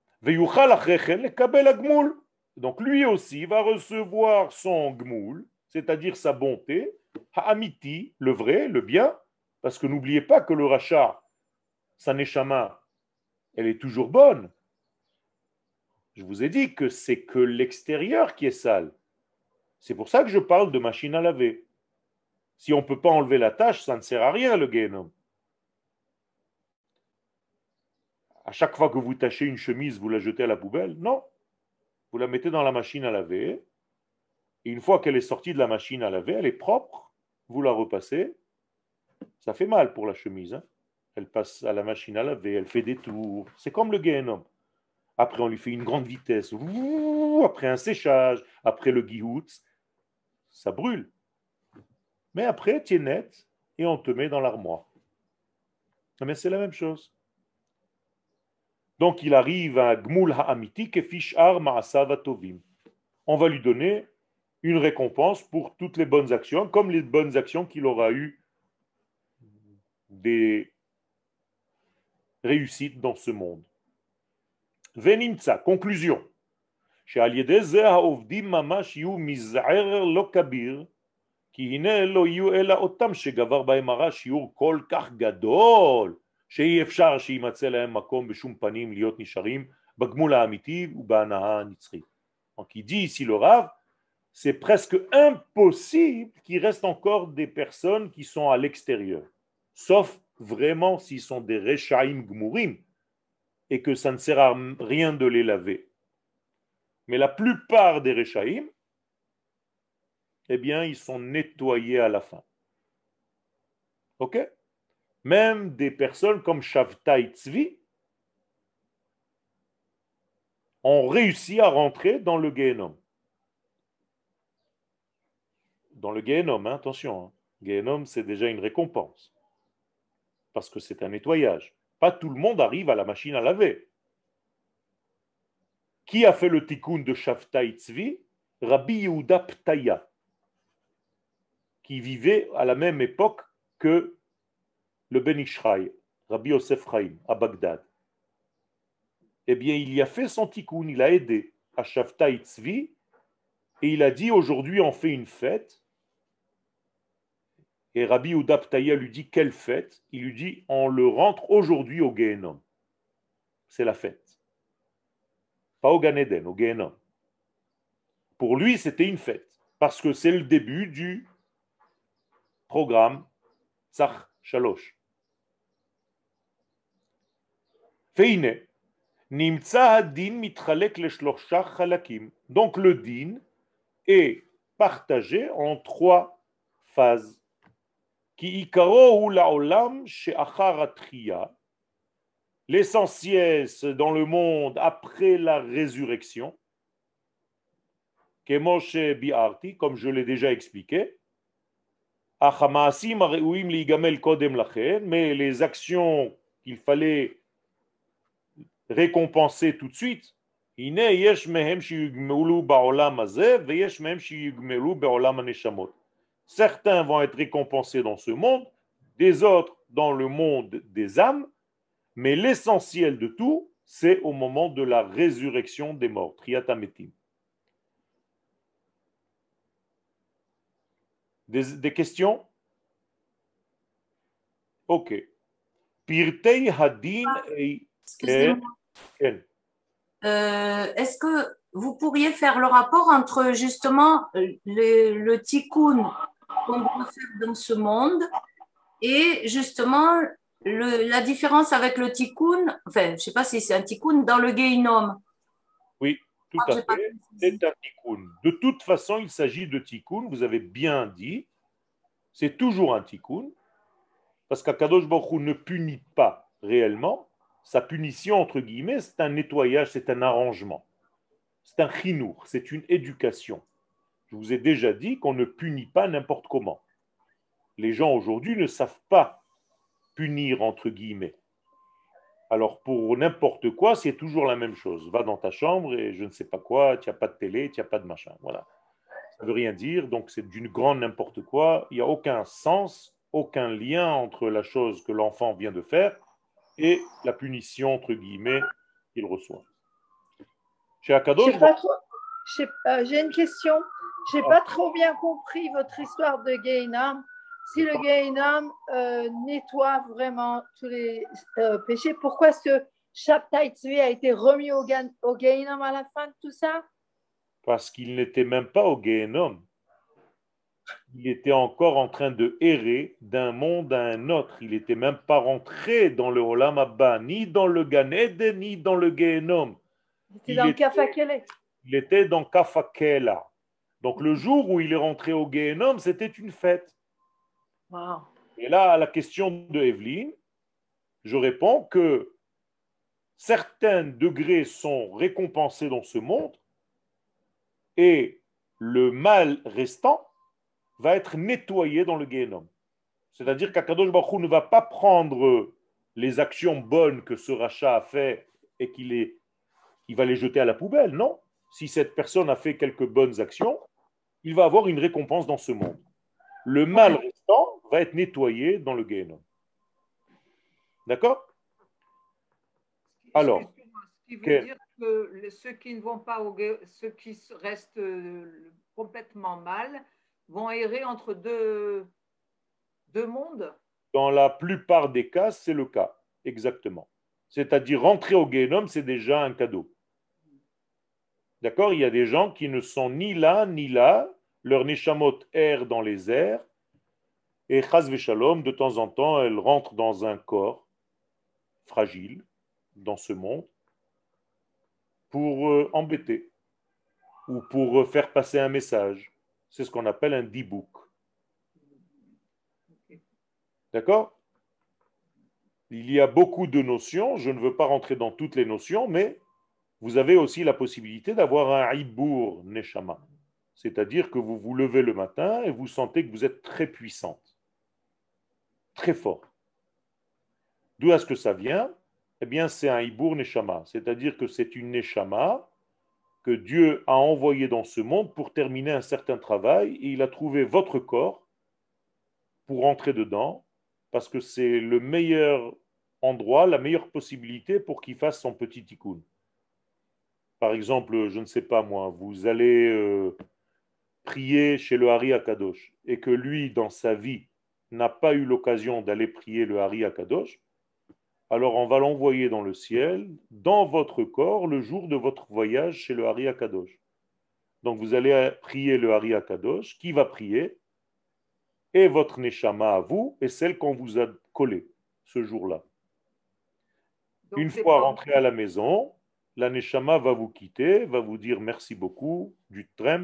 Donc lui aussi va recevoir son gmoul, c'est-à-dire sa bonté, ha'amiti, le vrai, le bien, parce que n'oubliez pas que le rachat, sa neshama, elle est toujours bonne. Je vous ai dit que c'est que l'extérieur qui est sale. C'est pour ça que je parle de machine à laver. Si on ne peut pas enlever la tâche, ça ne sert à rien le Gehenom. À chaque fois que vous tachez une chemise, vous la jetez à la poubelle? Non. Vous la mettez dans la machine à laver. Et une fois qu'elle est sortie de la machine à laver, elle est propre. Vous la repassez. Ça fait mal pour la chemise. Hein. Elle passe à la machine à laver, elle fait des tours. C'est comme le Gehenom. Après, on lui fait une grande vitesse. Après un séchage, après le gihutz, ça brûle. Mais après, tu es net et on te met dans l'armoire. Mais c'est la même chose. Donc, il arrive à Gmul Ha'amiti Kefishar Ma'asav Atovim. On va lui donner une récompense pour toutes les bonnes actions, comme les bonnes actions qu'il aura eues des réussites dans ce monde. Venimtsa, conclusion. שעל ידי זה העובדים ממש יהיו מזער לא כביר, כי הנה לא יהיו אלא אותם שגבר בהם הרע שיעור כל כך גדול, שאי אפשר שימצא להם מקום בשום פנים להיות נשארים בגמול האמיתי ובהנאה הנצחית. Donc il dit ici le Rav, c'est presque impossible qu'il reste encore des personnes qui sont à l'extérieur, sauf vraiment s'ils sont des Rechaim Gmurim, et que ça ne sert à rien de les laver. Mais la plupart des Rechaim, eh bien, ils sont nettoyés à la fin. Ok? Même des personnes comme Shavtai Tzvi ont réussi à rentrer dans le Gehenom. Dans le Gehenom, hein, attention, hein. Gehenom, c'est déjà une récompense. Parce que c'est un nettoyage. Pas tout le monde arrive à la machine à laver. Qui a fait le tikkun de Shavtai Tzvi? Rabbi Yehuda Ptaya, qui vivait à la même époque que le Ben Ishraï, Rabbi Yosef Chaim, à Bagdad. Eh bien, il y a fait son tikkun, il a aidé à Shavtai Tzvi, et il a dit, aujourd'hui, on fait une fête. Et Rabbi Yehuda Ptaya lui dit, quelle fête? Il lui dit, on le rentre aujourd'hui au Gehenom. C'est la fête. Pas au Gan Eden, au Gehenom. Pour lui, c'était une fête, parce que c'est le début du programme Tzach Shalosh. Veine, nimtsa hadin mitchalek leshlosha chalakim. Donc le din est partagé en trois phases. Ki ikaro hu laolam she'achar atchiya. L'essentiel, c'est dans le monde après la résurrection. Kemoshe bi'arti, comme je l'ai déjà expliqué. Mais les actions qu'il fallait récompenser tout de suite, certains vont être récompensés dans ce monde, des autres dans le monde des âmes, mais l'essentiel de tout, c'est au moment de la résurrection des morts. Triatametim. Des questions? Ok. Pirtei hadin et... Excusez-moi. Est-ce que vous pourriez faire le rapport entre justement le tikkun qu'on doit faire dans ce monde et justement la différence avec le tikkun, enfin, je ne sais pas si c'est un tikkun dans le Gehinnom. Oui, tout à fait. C'est un tikkun. De toute façon, il s'agit de tikkun. Vous avez bien dit. C'est toujours un tikkun. Parce qu'Akadosh Baruch Hu ne punit pas réellement. Sa punition, entre guillemets, c'est un nettoyage, c'est un arrangement. C'est un chinour, c'est une éducation. Je vous ai déjà dit qu'on ne punit pas n'importe comment. Les gens aujourd'hui ne savent pas punir, entre guillemets. Alors pour n'importe quoi, c'est toujours la même chose. Va dans ta chambre et je ne sais pas quoi, tu n'as pas de télé, tu n'as pas de machin. Voilà. Ça ne veut rien dire, donc c'est d'une grande n'importe quoi. Il n'y a aucun sens, aucun lien entre la chose que l'enfant vient de faire et la punition, entre guillemets, qu'il reçoit. Chez Akadosh, j'ai une question. Je n'ai pas trop bien compris votre histoire de Gehinnom. Si le Gehinnom nettoie vraiment tous les péchés, pourquoi est-ce que Shabtai Tzvi a été remis au Gehinnom à la fin de tout ça? Parce qu'il n'était même pas au Gehinnom. Il était encore en train de errer d'un monde à un autre. Il n'était même pas rentré dans le Olam Abba, ni dans le Gan Eden, ni dans le Gehinnom. Il était dans Kafakele. Il était dans Kafakela. Donc le jour où il est rentré au Gehinnom, c'était une fête. Wow. Et là, à la question de Evelyne, je réponds que certains degrés sont récompensés dans ce monde et le mal restant va être nettoyé dans le Gehinnom. C'est-à-dire qu'Akadosh Baruch Hu ne va pas prendre les actions bonnes que ce rachat a fait et qu'il va les jeter à la poubelle. Non. Si cette personne a fait quelques bonnes actions, il va avoir une récompense dans ce monde. Le mal restant va être nettoyé dans le Gehinnom. D'accord? Alors, ce qui veut dire que ceux qui ne vont pas ceux qui restent complètement mal vont errer entre deux mondes. Dans la plupart des cas, c'est le cas, exactement. C'est-à-dire rentrer au Gehinnom, c'est déjà un cadeau. D'accord? Il y a des gens qui ne sont ni là, ni là. Leur neshamot errent dans les airs. Et chas v'shalom, de temps en temps, elles rentrent dans un corps fragile, dans ce monde, pour embêter ou pour faire passer un message. C'est ce qu'on appelle un dibouk. D'accord? Il y a beaucoup de notions. Je ne veux pas rentrer dans toutes les notions, mais vous avez aussi la possibilité d'avoir un ibour neshama. C'est-à-dire que vous vous levez le matin et vous sentez que vous êtes très puissante, très fort. D'où est-ce que ça vient? Eh bien, c'est un ibour neshama. C'est-à-dire que c'est une neshama que Dieu a envoyée dans ce monde pour terminer un certain travail et il a trouvé votre corps pour entrer dedans parce que c'est le meilleur endroit, la meilleure possibilité pour qu'il fasse son petit tikkun. Par exemple, je ne sais pas moi, vous allez prier chez le Hari Akadosh et que lui, dans sa vie, n'a pas eu l'occasion d'aller prier le Hari Akadosh, alors on va l'envoyer dans le ciel, dans votre corps, le jour de votre voyage chez le Hari Akadosh. Donc vous allez prier le Hari Akadosh, qui va prier, et votre Neshama à vous, et celle qu'on vous a collée ce jour-là. Donc, Une c'est fois pas- rentré à la maison, la Neshama va vous quitter, va vous dire merci beaucoup du tramp.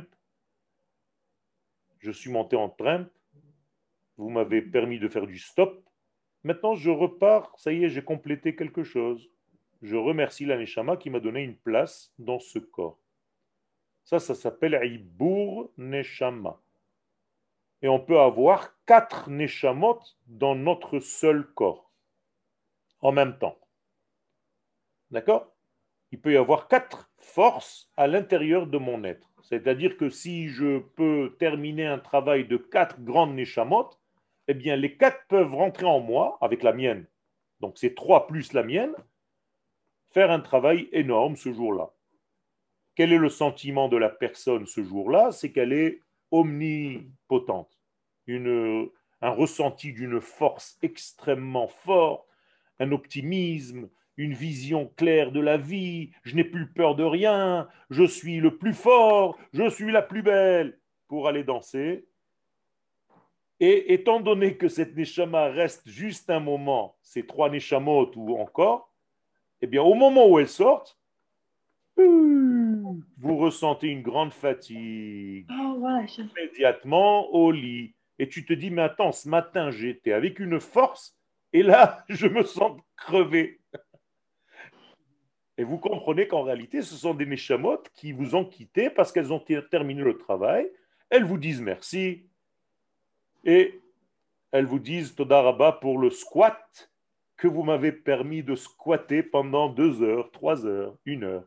Je suis monté en tramp, vous m'avez permis de faire du stop. Maintenant, je repars, ça y est, j'ai complété quelque chose. Je remercie la Neshama qui m'a donné une place dans ce corps. Ça s'appelle Ibour Neshama. Et on peut avoir 4 Neshamot dans notre seul corps, en même temps. D'accord? Il peut y avoir 4 forces à l'intérieur de mon être. C'est-à-dire que si je peux terminer un travail de 4 grandes Neshamot, eh bien les 4 peuvent rentrer en moi avec la mienne. Donc c'est 3 plus la mienne, faire un travail énorme ce jour-là. Quel est le sentiment de la personne ce jour-là? C'est qu'elle est omnipotente. Un ressenti d'une force extrêmement forte, un optimisme, une vision claire de la vie. Je n'ai plus peur de rien. Je suis le plus fort. Je suis la plus belle pour aller danser. Et étant donné que cette neshama reste juste un moment, ces 3 neshamot ou encore, eh bien, au moment où elles sortent, vous ressentez une grande fatigue Oh, voilà. immédiatement au lit. Et tu te dis, mais attends, ce matin, j'étais avec une force et là, je me sens crevé. Et vous comprenez qu'en réalité, ce sont des neshamot qui vous ont quitté parce qu'elles ont terminé le travail. Elles vous disent merci et elles vous disent Toda Rabba pour le squat que vous m'avez permis de squatter pendant 2 heures, 3 heures, 1 heure.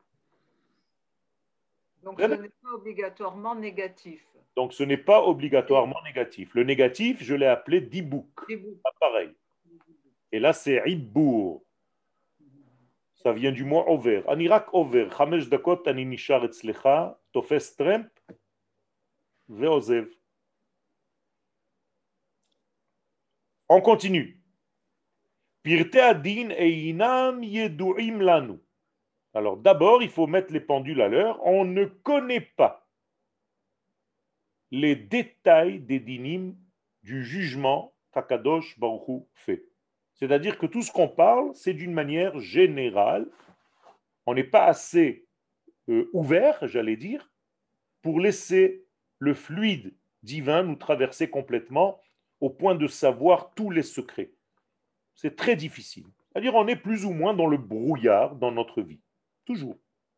Donc, ce n'est pas obligatoirement négatif. Donc, ce n'est pas obligatoirement négatif. Le négatif, je l'ai appelé dibouk. Pas pareil. Et là, c'est ibbour. Ça vient du mot over. Anirak over. 5 dakot ani nishar etzlecha, tofes tremp, veozev. On continue. Pirte adin einam yeduim lanu. Alors, d'abord, il faut mettre les pendules à l'heure. On ne connaît pas les détails des dinim du jugement qu'Akadosh Baruch Hu fait. C'est-à-dire que tout ce qu'on parle, c'est d'une manière générale. On n'est pas assez ouvert, j'allais dire, pour laisser le fluide divin nous traverser complètement au point de savoir tous les secrets. C'est très difficile. C'est-à-dire on est plus ou moins dans le brouillard dans notre vie. Toujours.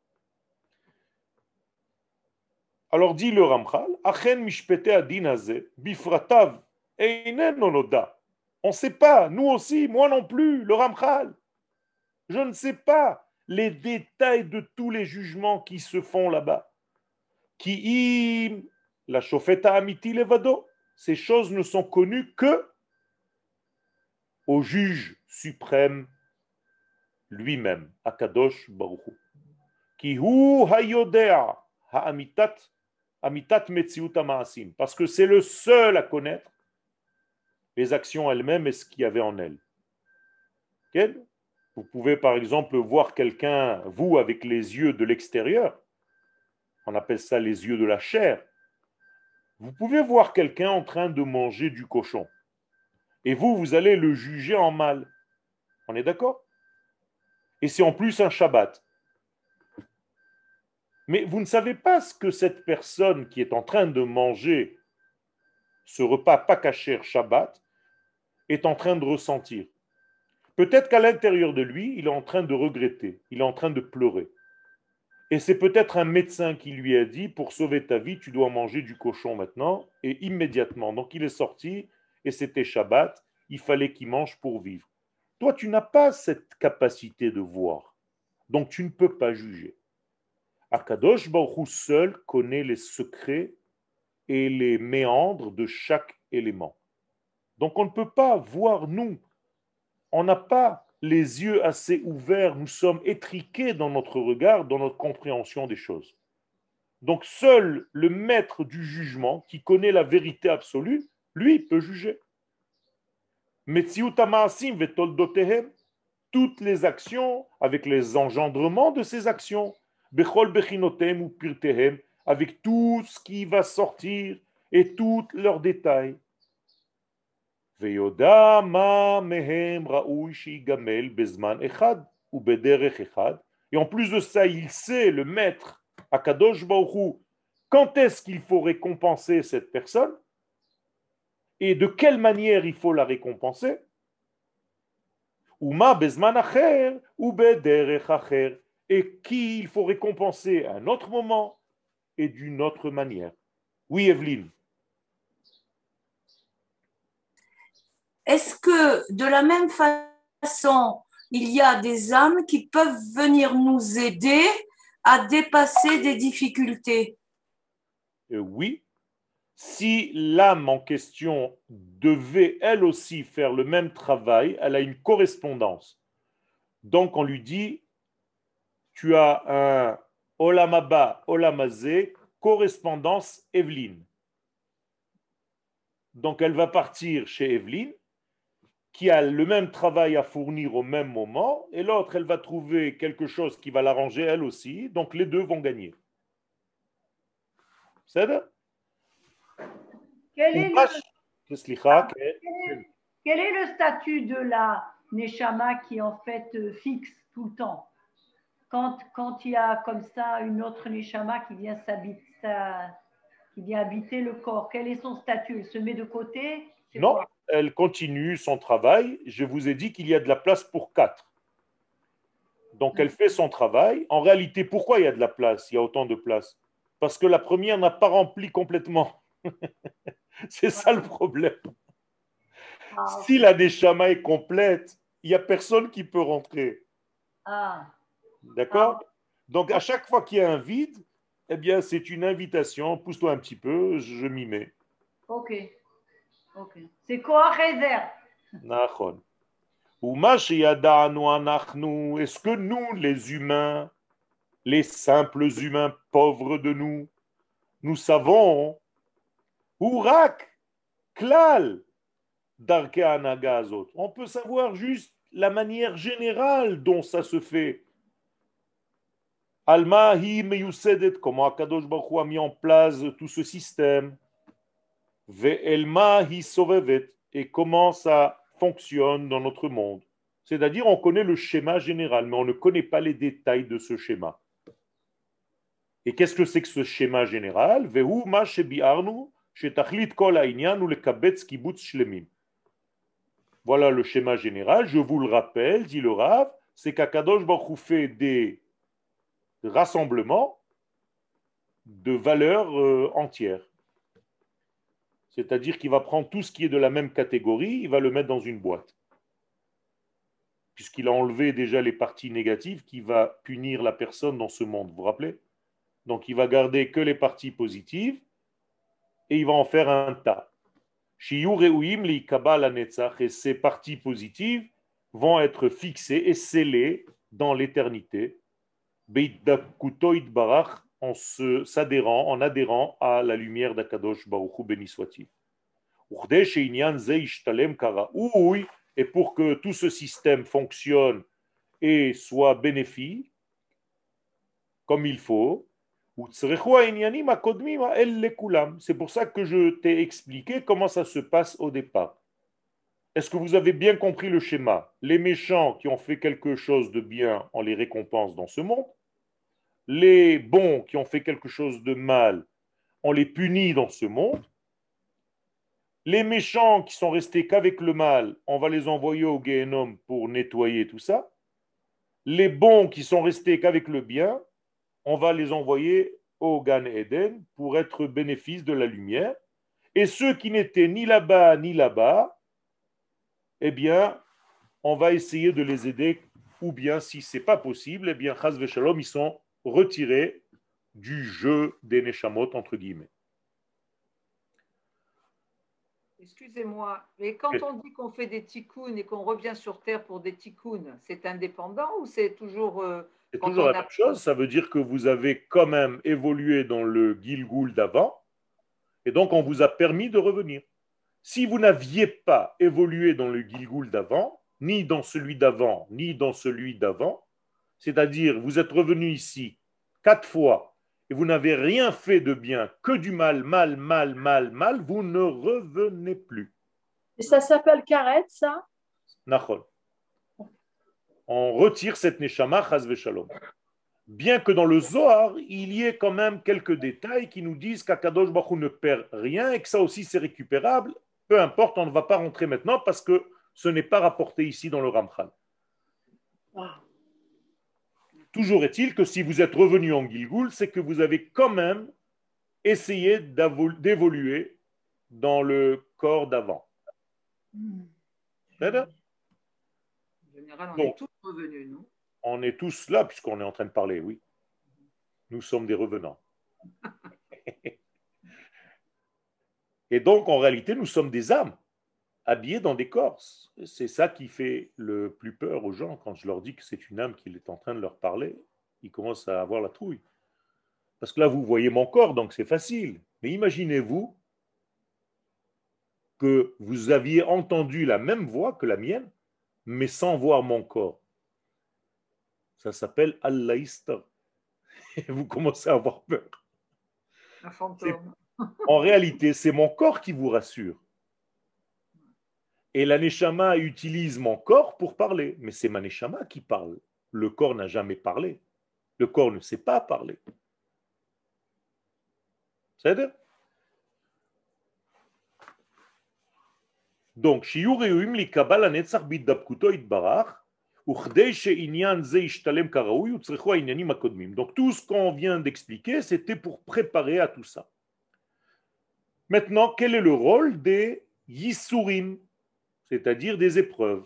Alors dit le Ramchal, Achen mishpete adin hazeh, bifratav einen nonoda. On ne sait pas, nous aussi, moi non plus, le Ramchal. Je ne sais pas les détails de tous les jugements qui se font là-bas. Qui la shofeta amiti levado. Ces choses ne sont connues que au juge suprême lui-même, Akadosh Baruch Hu. Ki hu hayodea ha'amitat amitat metziut ha'maasim. Parce que c'est le seul à connaître les actions elles-mêmes et ce qu'il y avait en elles. Okay? Vous pouvez par exemple voir quelqu'un, vous, avec les yeux de l'extérieur, on appelle ça les yeux de la chair. Vous pouvez voir quelqu'un en train de manger du cochon. Et vous, vous allez le juger en mal. On est d'accord? Et c'est en plus un Shabbat. Mais vous ne savez pas ce que cette personne qui est en train de manger ce repas pas caché Shabbat est en train de ressentir. Peut-être qu'à l'intérieur de lui, il est en train de regretter, il est en train de pleurer. Et c'est peut-être un médecin qui lui a dit, pour sauver ta vie, tu dois manger du cochon maintenant, et immédiatement. Donc il est sorti, et c'était Shabbat, il fallait qu'il mange pour vivre. Toi, tu n'as pas cette capacité de voir, donc tu ne peux pas juger. Akadosh Baruch Hu seul connaît les secrets et les méandres de chaque élément. Donc on ne peut pas voir nous. On n'a pas les yeux assez ouverts, nous sommes étriqués dans notre regard, dans notre compréhension des choses. Donc seul le maître du jugement, qui connaît la vérité absolue, lui peut juger. Toutes les actions, avec les engendrements de ces actions, avec tout ce qui va sortir et tous leurs détails. Et ou bederech echad. Et en plus de ça, il sait, le maître, Akadosh Baruch Hu, quand est-ce qu'il faut récompenser cette personne et de quelle manière il faut la récompenser. Uma bezman acher ou bederech acher. Et qui il faut récompenser à un autre moment et d'une autre manière. Oui, Evelyne. Est-ce que de la même façon, il y a des âmes qui peuvent venir nous aider à dépasser des difficultés? Oui. Si l'âme en question devait elle aussi faire le même travail, elle a une correspondance. Donc on lui dit, tu as un Olamaba, Olamazé, correspondance Evelyne. Donc elle va partir chez Evelyne, qui a le même travail à fournir au même moment, et l'autre, elle va trouver quelque chose qui va l'arranger elle aussi, donc les deux vont gagner. C'est ça? Quel est le statut de la Neshama qui en fait fixe tout le temps? Quand il y a comme ça une autre Neshama qui vient habiter le corps, quel est son statut? Elle se met de côté? Non, elle continue son travail. Je vous ai dit qu'il y a de la place pour 4. Donc elle fait son travail. En réalité, pourquoi il y a de la place? Il y a autant de place. Parce que la première n'a pas rempli complètement. C'est ça le problème. Si la Neshama est complète, il n'y a personne qui peut rentrer. D'accord? Donc à chaque fois qu'il y a un vide, eh bien c'est une invitation. Pousse-toi un petit peu, je m'y mets. Ok. C'est quoi réserve? Est-ce que nous, les humains, les simples humains pauvres de nous savons Urak, Klal, Darke Anaga Azot. On peut savoir juste la manière générale dont ça se fait. Alma hi meyusedet, comment Akadosh Baruch Hu a mis en place tout ce système. Ve'elma hi sovevet, et comment ça fonctionne dans notre monde. C'est-à-dire, on connaît le schéma général, mais on ne connaît pas les détails de ce schéma. Et qu'est-ce que c'est que ce schéma général? Vehu ma shebiarnu shetachlit kol ha'inyan hu lekabetz kibbutz shlemim. Voilà le schéma général. Je vous le rappelle, dit le Rav, c'est qu'Akadosh Baruch Hu fait des rassemblements de valeurs entières. C'est-à-dire qu'il va prendre tout ce qui est de la même catégorie, il va le mettre dans une boîte. Puisqu'il a enlevé déjà les parties négatives qui va punir la personne dans ce monde, vous vous rappelez? Donc il va garder que les parties positives et il va en faire un tas. Et ces parties positives vont être fixées et scellées dans l'éternité, en adhérant à la lumière d'Akadosh Baruch Hu, béni soit-il. Et pour que tout ce système fonctionne et soit bénéfique, comme il faut, c'est pour ça que je t'ai expliqué comment ça se passe au départ. Est-ce que vous avez bien compris le schéma? Les méchants qui ont fait quelque chose de bien, on les récompense dans ce monde. Les bons qui ont fait quelque chose de mal, on les punit dans ce monde. Les méchants qui sont restés qu'avec le mal, on va les envoyer au Gehenom pour nettoyer tout ça. Les bons qui sont restés qu'avec le bien, on va les envoyer au Gan Eden pour être bénéfice de la lumière. Et ceux qui n'étaient ni là-bas ni là-bas, eh bien, on va essayer de les aider, ou bien, si ce n'est pas possible, eh bien, Chas v'Shalom, ils sont retirés du jeu des Neshamot, entre guillemets. Excusez-moi, mais quand on dit qu'on fait des tikkuns et qu'on revient sur Terre pour des tikkuns, c'est indépendant ou c'est toujours... c'est toujours la même chose, ça veut dire que vous avez quand même évolué dans le Gilgul d'avant, et donc on vous a permis de revenir. Si vous n'aviez pas évolué dans le Gilgul d'avant, ni dans celui d'avant, ni dans celui d'avant, c'est-à-dire vous êtes revenu ici 4 fois, et vous n'avez rien fait de bien, que du mal, mal, mal, mal, mal, vous ne revenez plus. Et ça s'appelle karet, ça? Nachol. On retire cette neshama, chas v'shalom. Bien que dans le Zohar, il y ait quand même quelques détails qui nous disent qu'Akadosh Baruch Hu ne perd rien et que ça aussi c'est récupérable. Peu importe, on ne va pas rentrer maintenant parce que ce n'est pas rapporté ici dans le Ramchal. Toujours est-il que si vous êtes revenu en Gilgoul, c'est que vous avez quand même essayé d'évoluer dans le corps d'avant. C'est-à-dire? En général, on Donc, est tous revenus, nous. on est tous là, puisqu'on est en train de parler, oui. Nous sommes des revenants. Et donc, en réalité, nous sommes des âmes habillées dans des corps. C'est ça qui fait le plus peur aux gens. Quand je leur dis que c'est une âme qui est en train de leur parler, ils commencent à avoir la trouille. Parce que là, vous voyez mon corps, donc c'est facile. Mais imaginez-vous que vous aviez entendu la même voix que la mienne, mais sans voir mon corps. Ça s'appelle Allaïsta. Et vous commencez à avoir peur. Un fantôme. En réalité, c'est mon corps qui vous rassure. Et la Neshama utilise mon corps pour parler. Mais c'est ma Neshama qui parle. Le corps n'a jamais parlé. Le corps ne sait pas parler. C'est-à-dire? Donc, donc tout ce qu'on vient d'expliquer, c'était pour préparer à tout ça. Maintenant, quel est le rôle des Yisurim, c'est-à-dire des épreuves?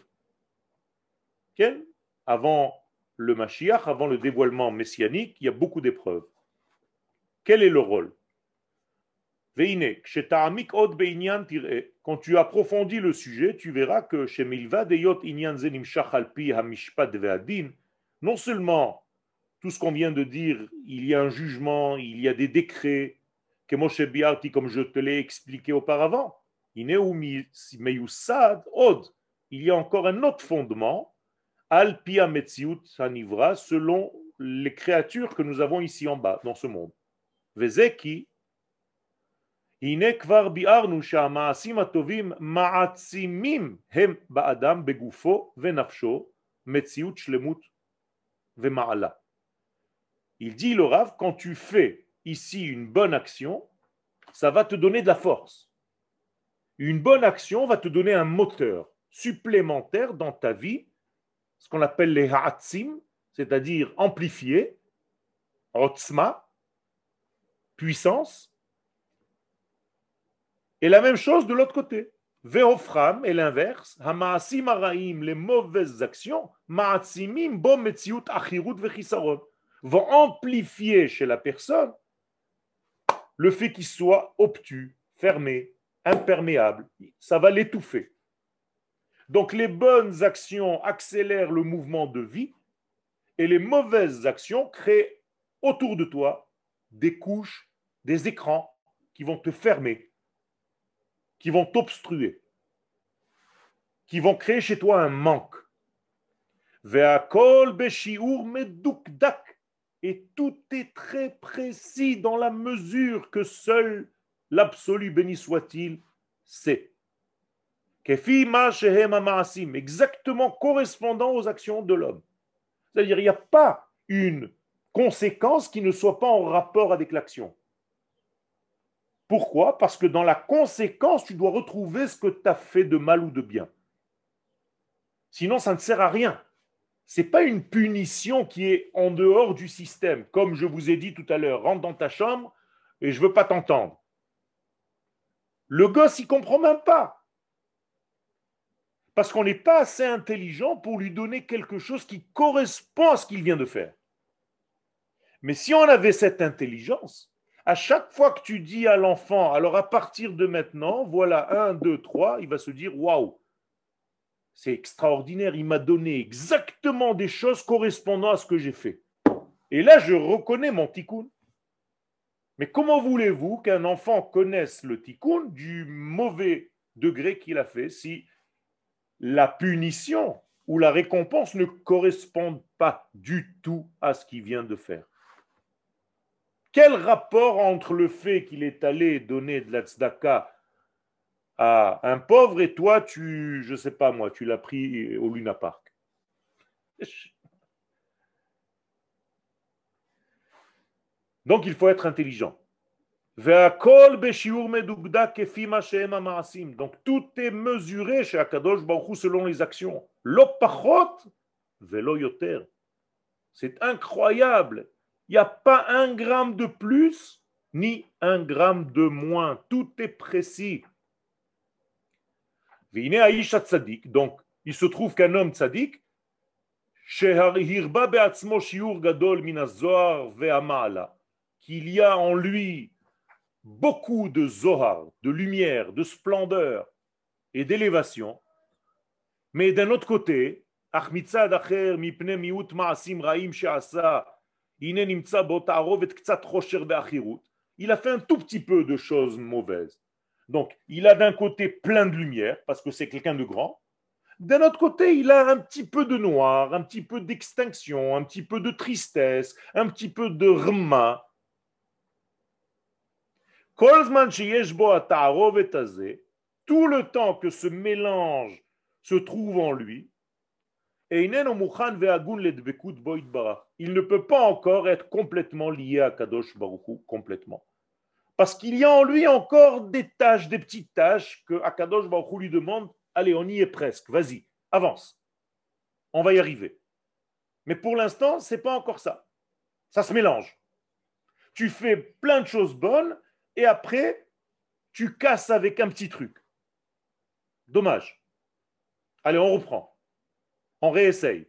Avant le Mashiach, avant le dévoilement messianique, il y a beaucoup d'épreuves. Quel est le rôle? Quand tu approfondis le sujet, tu verras que chez Milvad non seulement tout ce qu'on vient de dire, il y a un jugement, il y a des décrets, comme je te l'ai expliqué auparavant, il y a encore un autre fondement, al pia metziut hanivra, selon les créatures que nous avons ici en bas, dans ce monde. Vezeki, הנה כבר ביארנו שהמעשים הטובים מעצימים הם באדם בגופו ונפשו מציאות שלמות ומעלה. Il dit le Rav, quand tu fais ici une bonne action, ça va te donner de la force. Une bonne action va te donner un moteur supplémentaire dans ta vie, ce qu'on appelle les ha'atzim, c'est-à-dire amplifier, otzma, puissance. Et la même chose de l'autre côté. Ve'ofram, et l'inverse, hama'asim araim, les mauvaises actions, ma'atzimim bo metziut achirut vechisaron, vont amplifier chez la personne le fait qu'il soit obtus, fermé, imperméable. Ça va l'étouffer. Donc les bonnes actions accélèrent le mouvement de vie et les mauvaises actions créent autour de toi des couches, des écrans qui vont te fermer, qui vont t'obstruer, qui vont créer chez toi un manque. Et tout est très précis dans la mesure que seul l'absolu, béni soit-il, sait. Exactement correspondant aux actions de l'homme. C'est-à-dire, il n'y a pas une conséquence qui ne soit pas en rapport avec l'action. Pourquoi? Parce que dans la conséquence, tu dois retrouver ce que tu as fait de mal ou de bien. Sinon, ça ne sert à rien. Ce n'est pas une punition qui est en dehors du système. Comme je vous ai dit tout à l'heure, rentre dans ta chambre et je ne veux pas t'entendre. Le gosse, il ne comprend même pas. Parce qu'on n'est pas assez intelligent pour lui donner quelque chose qui correspond à ce qu'il vient de faire. Mais si on avait cette intelligence, à chaque fois que tu dis à l'enfant, alors à partir de maintenant, voilà 1, 2, 3, il va se dire, waouh, c'est extraordinaire, il m'a donné exactement des choses correspondant à ce que j'ai fait. Et là, je reconnais mon tikkun. Mais comment voulez-vous qu'un enfant connaisse le tikkun du mauvais degré qu'il a fait si la punition ou la récompense ne correspondent pas du tout à ce qu'il vient de faire? Quel rapport entre le fait qu'il est allé donner de la tzedaka à un pauvre et toi, je ne sais pas moi, tu l'as pris au Luna Park? Donc il faut être intelligent. Donc tout est mesuré chez Akadosh Baruch Hu selon les actions. Lo pachot velo yoter. C'est incroyable. Il n'y a pas un gramme de plus ni un gramme de moins. Tout est précis. Donc il se trouve qu'un homme tzaddik, qu'il y a en lui beaucoup de zohar, de lumière, de splendeur et d'élévation, mais d'un autre côté, il a fait un tout petit peu de choses mauvaises. Donc, il a d'un côté plein de lumière, parce que c'est quelqu'un de grand. D'un autre côté, il a un petit peu de noir, un petit peu d'extinction, un petit peu de tristesse, un petit peu de rma. Tout le temps que ce mélange se trouve en lui, il ne peut pas encore être complètement lié à Kadosh Baruch Hu, complètement. Parce qu'il y a en lui encore des tâches, des petites tâches que Akadosh Baruch Hu lui demande, allez, on y est presque, vas-y, avance, on va y arriver. Mais pour l'instant, ce n'est pas encore ça. Ça se mélange. Tu fais plein de choses bonnes et après, tu casses avec un petit truc. Dommage. Allez, on reprend. On réessaye.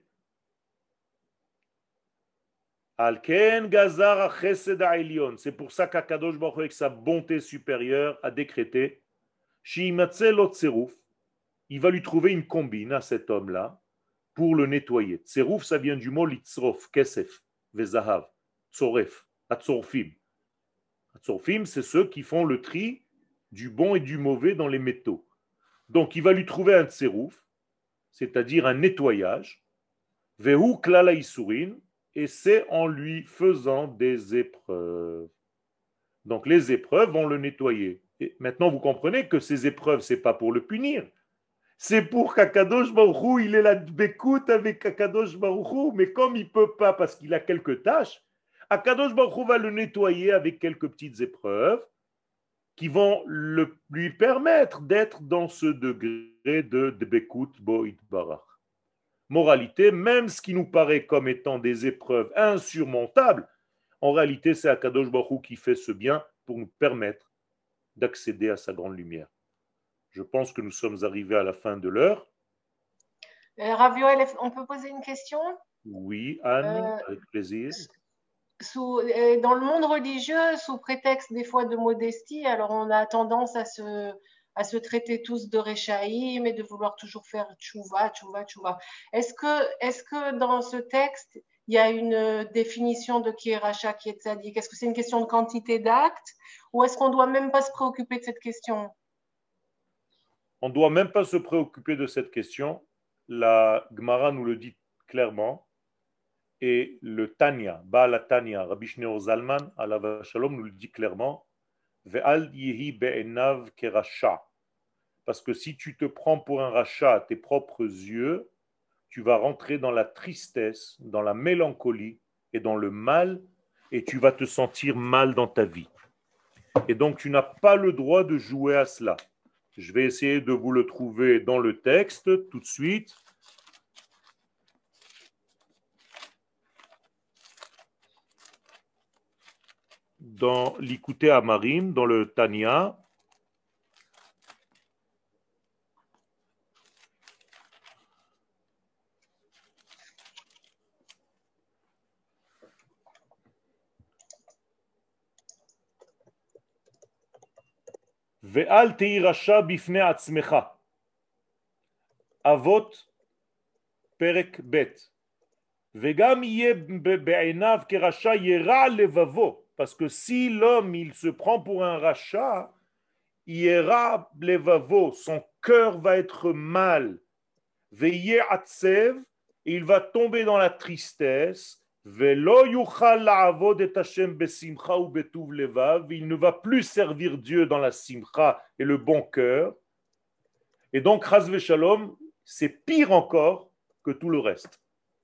C'est pour ça qu'Akadosh Baruch Hu, avec sa bonté supérieure, a décrété il va lui trouver une combine à cet homme-là pour le nettoyer. Tserouf, ça vient du mot litzrof, kesef, vezahav, tzoref, atzorfim. Atzorfim, c'est ceux qui font le tri du bon et du mauvais dans les métaux. Donc, il va lui trouver un tserouf, c'est-à-dire un nettoyage, vehu klala isurin, et c'est en lui faisant des épreuves. Donc les épreuves vont le nettoyer. Et maintenant, vous comprenez que ces épreuves, ce n'est pas pour le punir. C'est pour qu'Akadosh Baruch Hu, il est la bécoute avec Akadosh Baruch Hu, mais comme il ne peut pas parce qu'il a quelques tâches, Akadosh Baruch Hu va le nettoyer avec quelques petites épreuves qui vont lui permettre d'être dans ce degré de bécoute Boïd Barach. Moralité, même ce qui nous paraît comme étant des épreuves insurmontables, en réalité, c'est Akadosh Baruch Hu qui fait ce bien pour nous permettre d'accéder à sa grande lumière. Je pense que nous sommes arrivés à la fin de l'heure. Rav Yoel, on peut poser une question? Oui, Anne, avec plaisir. Dans le monde religieux, sous prétexte des fois de modestie, alors on a tendance à se traiter tous de réchaïm et de vouloir toujours faire tchouva. Est-ce que dans ce texte, il y a une définition de qui est racha, qui est tzaddik? Est-ce que c'est une question de quantité d'actes ou est-ce qu'on ne doit même pas se préoccuper de cette question? On ne doit même pas se préoccuper de cette question. La Gemara nous le dit clairement. Et le Tanya, Baal Tanya, Rabbi Shneur Zalman, alav shalom, nous le dit clairement. Ve'al yihi be'enav kerasha. Parce que si tu te prends pour un rachat à tes propres yeux, tu vas rentrer dans la tristesse, dans la mélancolie et dans le mal, et tu vas te sentir mal dans ta vie. Et donc tu n'as pas le droit de jouer à cela. Je vais essayer de vous le trouver dans le texte tout de suite. Dans l'Ikouté Amarim, dans le Tanya. Ve'al te'irasha bifnei atzmecha. Avot perek bet. Ve'gam yeh be'enav kerasha yera levavo. Parce que si l'homme, il se prend pour un rachat, yera levavo, son cœur va être mal. Ve'yeh atsev, et il va tomber dans la tristesse. Ve'lo yuchal la'avod et Hashem besimcha ou betuv levav, il ne va plus servir Dieu dans la simcha et le bon cœur. Et donc, chas v'shalom, c'est pire encore que tout le reste.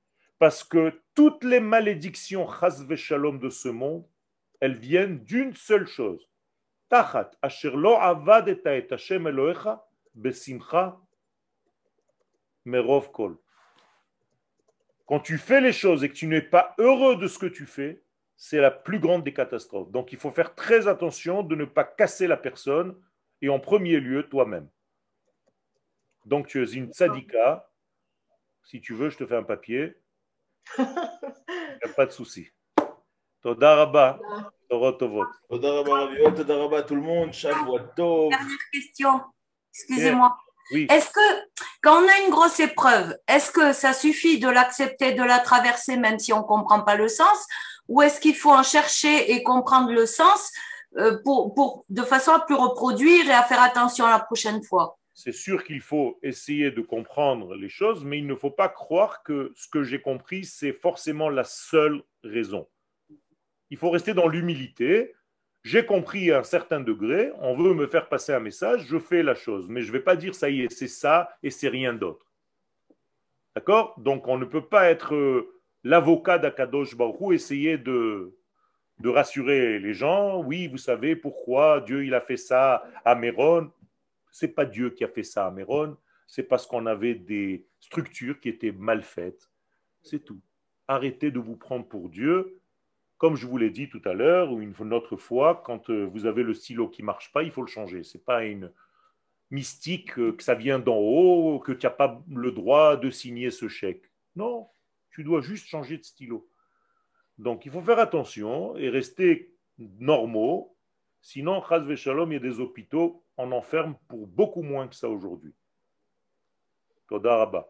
Parce que toutes les malédictions chas v'shalom de ce monde, elles viennent d'une seule chose. Tachat, asher lo avadeta et Hashem Elohecha, besimcha merov kol. Quand tu fais les choses et que tu n'es pas heureux de ce que tu fais, c'est la plus grande des catastrophes. Donc il faut faire très attention de ne pas casser la personne et en premier lieu toi-même. Donc tu es une tzadika. Si tu veux, je te fais un papier. Il n'y a pas de souci. Toda rabba. Torot tovot. Toda rabba, Rav Yoel, toda rabba à tout le monde. Shavua tov. Dernière question, excusez-moi. Oui. Est-ce que quand on a une grosse épreuve, est-ce que ça suffit de l'accepter, de la traverser même si on ne comprend pas le sens, ou est-ce qu'il faut en chercher et comprendre le sens de façon à plus reproduire et à faire attention la prochaine fois? C'est sûr qu'il faut essayer de comprendre les choses, mais il ne faut pas croire que ce que j'ai compris, c'est forcément la seule raison. Il faut rester dans l'humilité. J'ai compris à un certain degré, on veut me faire passer un message, je fais la chose. Mais je ne vais pas dire ça y est, c'est ça et c'est rien d'autre. D'accord? Donc on ne peut pas être l'avocat d'Akadosh Baruch Hu, essayer de rassurer les gens. Oui, vous savez pourquoi Dieu il a fait ça à Méron. Ce n'est pas Dieu qui a fait ça à Méron, c'est parce qu'on avait des structures qui étaient mal faites. C'est tout. Arrêtez de vous prendre pour Dieu. Comme je vous l'ai dit tout à l'heure, ou une autre fois, quand vous avez le stylo qui ne marche pas, il faut le changer. Ce n'est pas une mystique que ça vient d'en haut, que tu n'as pas le droit de signer ce chèque. Non, tu dois juste changer de stylo. Donc, il faut faire attention et rester normaux. Sinon, chas v'shalom, il y a des hôpitaux, on enferme pour beaucoup moins que ça aujourd'hui. Toda rabba.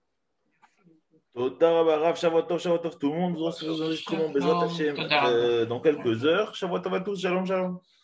Toda rabba, Rav, Shavua tov, tout le monde. On se retrouve dans les enregistrements Bezrat Hashem dans quelques heures. Shavua tov à tous, shalom, shalom.